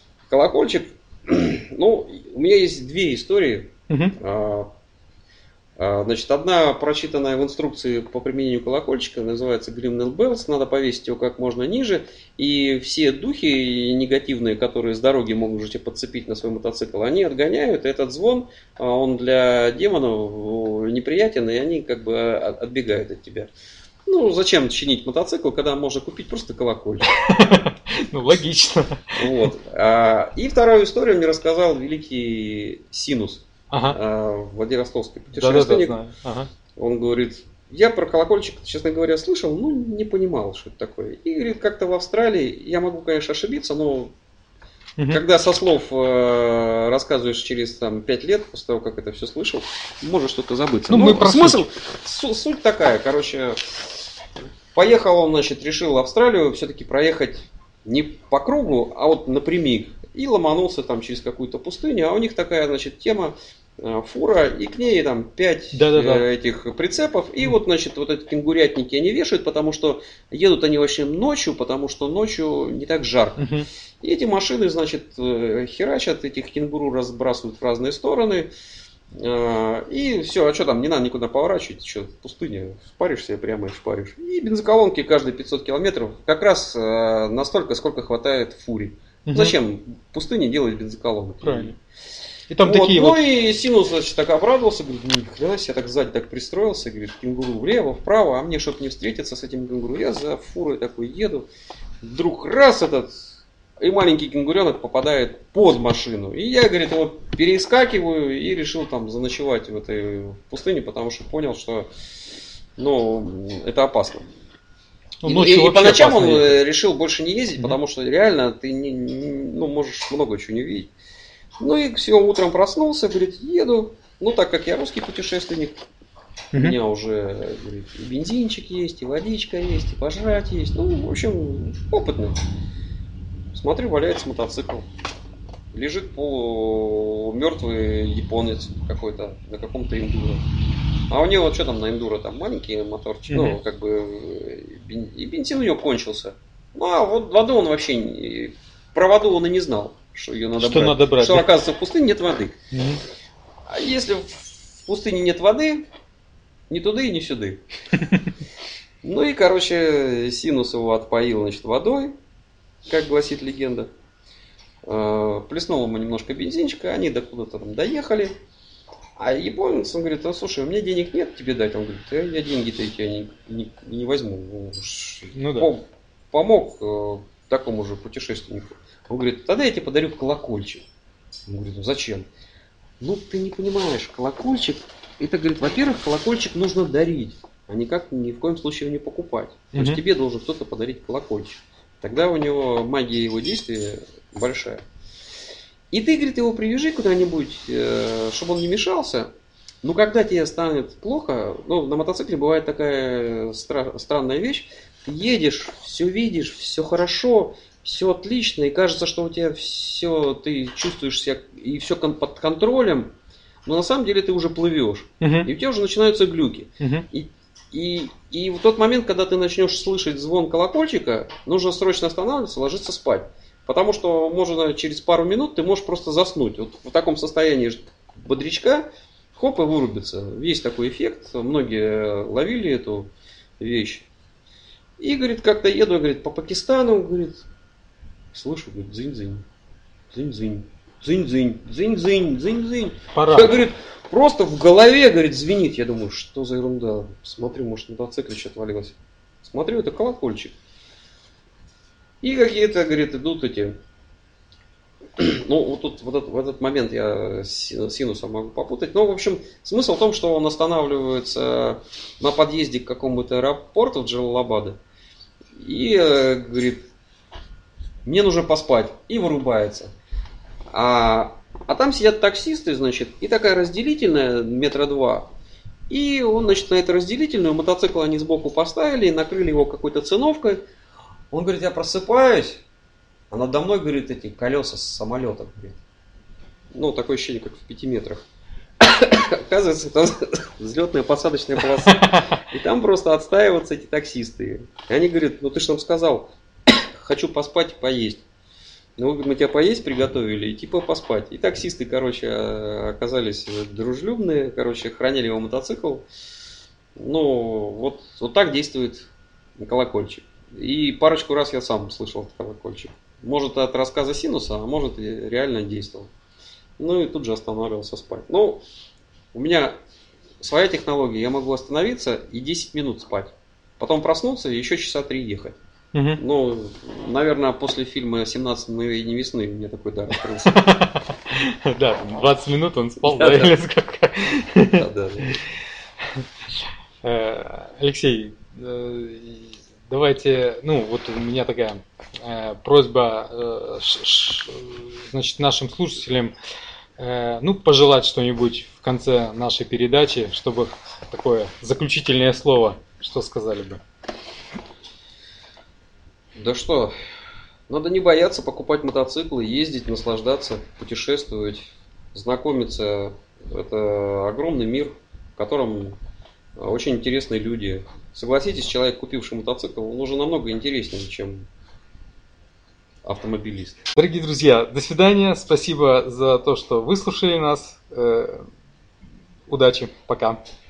Колокольчик, ну, у меня есть две истории. Значит, одна прочитанная в инструкции по применению колокольчика называется Green Bells. Надо повесить его как можно ниже. И все духи негативные, которые с дороги можете подцепить на свой мотоцикл, они отгоняют. И этот звон, он для демонов неприятен, и они как бы отбегают от тебя. Ну, зачем чинить мотоцикл, когда можно купить просто колокольчик? Ну, логично. Вот. И вторую историю мне рассказал великий Синус. Владивостокский путешественник. Ага. Он говорит, я про колокольчик, честно говоря, слышал, но не понимал, что это такое. И говорит, как-то в Австралии, я могу, конечно, ошибиться, но когда со слов рассказываешь через 5 лет, после того, как это все слышал, может что-то забыться. Ну, смысл, суть такая, короче, поехал он, значит, решил Австралию все-таки проехать не по кругу, а вот напрямик. И ломанулся там через какую-то пустыню, а у них такая, значит, тема, фура, и к ней там 5 этих прицепов, и вот, значит, вот эти кенгурятники они вешают, потому что едут они вообще ночью, потому что ночью не так жарко. И эти машины, значит, херачат, этих кенгуру разбрасывают в разные стороны, и все, а что там, не надо никуда поворачивать, что, пустыня, шпаришься прямо и шпаришь. И бензоколонки каждые 500 километров, как раз настолько, сколько хватает фуре. Зачем в пустыне делать бензоколонки? Правильно. И там вот, такие ну вот... и Синус, значит, так обрадовался, говорит, ни хрена себе, я так сзади так пристроился, говорит, кенгуру влево, вправо, а мне что-то не встретиться с этим кенгуру. Я за фурой такой еду, вдруг раз этот, и маленький кенгуренок попадает под машину. И я, говорит, его перескакиваю и решил там заночевать в этой пустыне, потому что понял, что, ну, это опасно. И по ночам он решил больше не ездить, потому что реально ты можешь много чего не увидеть. Ну и все, утром проснулся, говорит, еду. Ну, так как я русский путешественник, у меня уже, говорит, и бензинчик есть, и водичка есть, и пожрать есть. Ну, в общем, опытный. Смотрю, валяется мотоцикл. Лежит полумертвый японец какой-то на каком-то эндуро. А у него что там на эндуро? Там маленький моторчик, ну, как бы, и бензин у него кончился. Ну, а вот воду он вообще, про воду он и не знал, что ее надо брать. Что, оказывается, в пустыне нет воды. А если в пустыне нет воды, ни туды и ни сюды. Ну и, короче, Синус его отпоил, значит, водой, как гласит легенда. Плеснул ему немножко бензинчика, они до куда-то там доехали. А японец, он говорит, слушай, у меня денег нет тебе дать. Он говорит, я деньги-то у тебя не возьму. Ну, да. Помог такому же путешественнику. Он говорит, тогда я тебе подарю колокольчик. Он говорит, ну зачем? Ну ты не понимаешь, колокольчик, это, говорит, во-первых, колокольчик нужно дарить, а никак ни в коем случае его не покупать. То есть тебе должен кто-то подарить колокольчик. Тогда у него магия его действия большая. И ты, говорит, его привяжи куда-нибудь, чтобы он не мешался. Но когда тебе станет плохо, ну, на мотоцикле бывает такая странная вещь. Ты едешь, все видишь, все хорошо, все отлично, и кажется, что у тебя все, ты чувствуешь себя, и все под контролем, но на самом деле ты уже плывешь. И у тебя уже начинаются глюки. И в тот момент, когда ты начнешь слышать звон колокольчика, нужно срочно останавливаться, ложиться спать. Потому что можно через пару минут ты можешь просто заснуть. Вот в таком состоянии бодрячка, хоп, и вырубиться. Есть такой эффект, многие ловили эту вещь. И, говорит, как-то еду, говорит, по Пакистану, говорит, слышу, говорит, дзынь-дзынь, дзынь-дзынь, дзынь-дзынь, дзынь-дзынь, дзынь-дзынь. Пора. Как, говорит, просто в голове, говорит, звенит. Я думаю, что за ерунда. Смотрю, может, на мотоцикле что-то отвалилось. Смотрю, это колокольчик. И какие-то, говорит, идут эти... Ну, вот тут в этот момент я с Синусом могу попутать. Но, в общем, смысл в том, что он останавливается на подъезде к какому-то аэропорту в Джалалабаде. И говорит, мне нужно поспать. И вырубается. А там сидят таксисты, значит, и такая разделительная, 2 метра. И он, значит, на эту разделительную мотоцикл они сбоку поставили, накрыли его какой-то циновкой. Он говорит, я просыпаюсь, а надо мной, говорит, эти колеса с самолета. Говорит. Ну, такое ощущение, как в 5 метрах. Оказывается, это взлетная посадочная полоса. И там просто отстаиваются эти таксисты. И они говорят, ну ты же нам сказал, хочу поспать и поесть. Ну, мы тебя поесть приготовили и типа поспать. И таксисты, короче, оказались дружелюбные, короче, хранили его мотоцикл. Ну, вот так действует колокольчик. И парочку раз я сам слышал этот колокольчик. Может, от рассказа синуса, а может, и реально действовал. Ну, и тут же останавливался спать. Ну, у меня своя технология. Я могу остановиться и 10 минут спать. Потом проснуться и еще часа 3 ехать. Мгм. Ну, наверное, после фильма «17 мгновений весны» мне такой дар открылся. Да, 20 минут он спал, Да, да, да. или сколько? Да, да, Алексей, давайте, ну, вот у меня такая просьба, значит, нашим слушателям, ну, пожелать что-нибудь в конце нашей передачи, чтобы такое заключительное слово, что сказали бы. Да что, надо не бояться покупать мотоциклы, ездить, наслаждаться, путешествовать, знакомиться. Это огромный мир, в котором очень интересные люди. Согласитесь, человек, купивший мотоцикл, он уже намного интереснее, чем автомобилист. Дорогие друзья, до свидания, спасибо за то, что выслушали нас. Удачи, пока.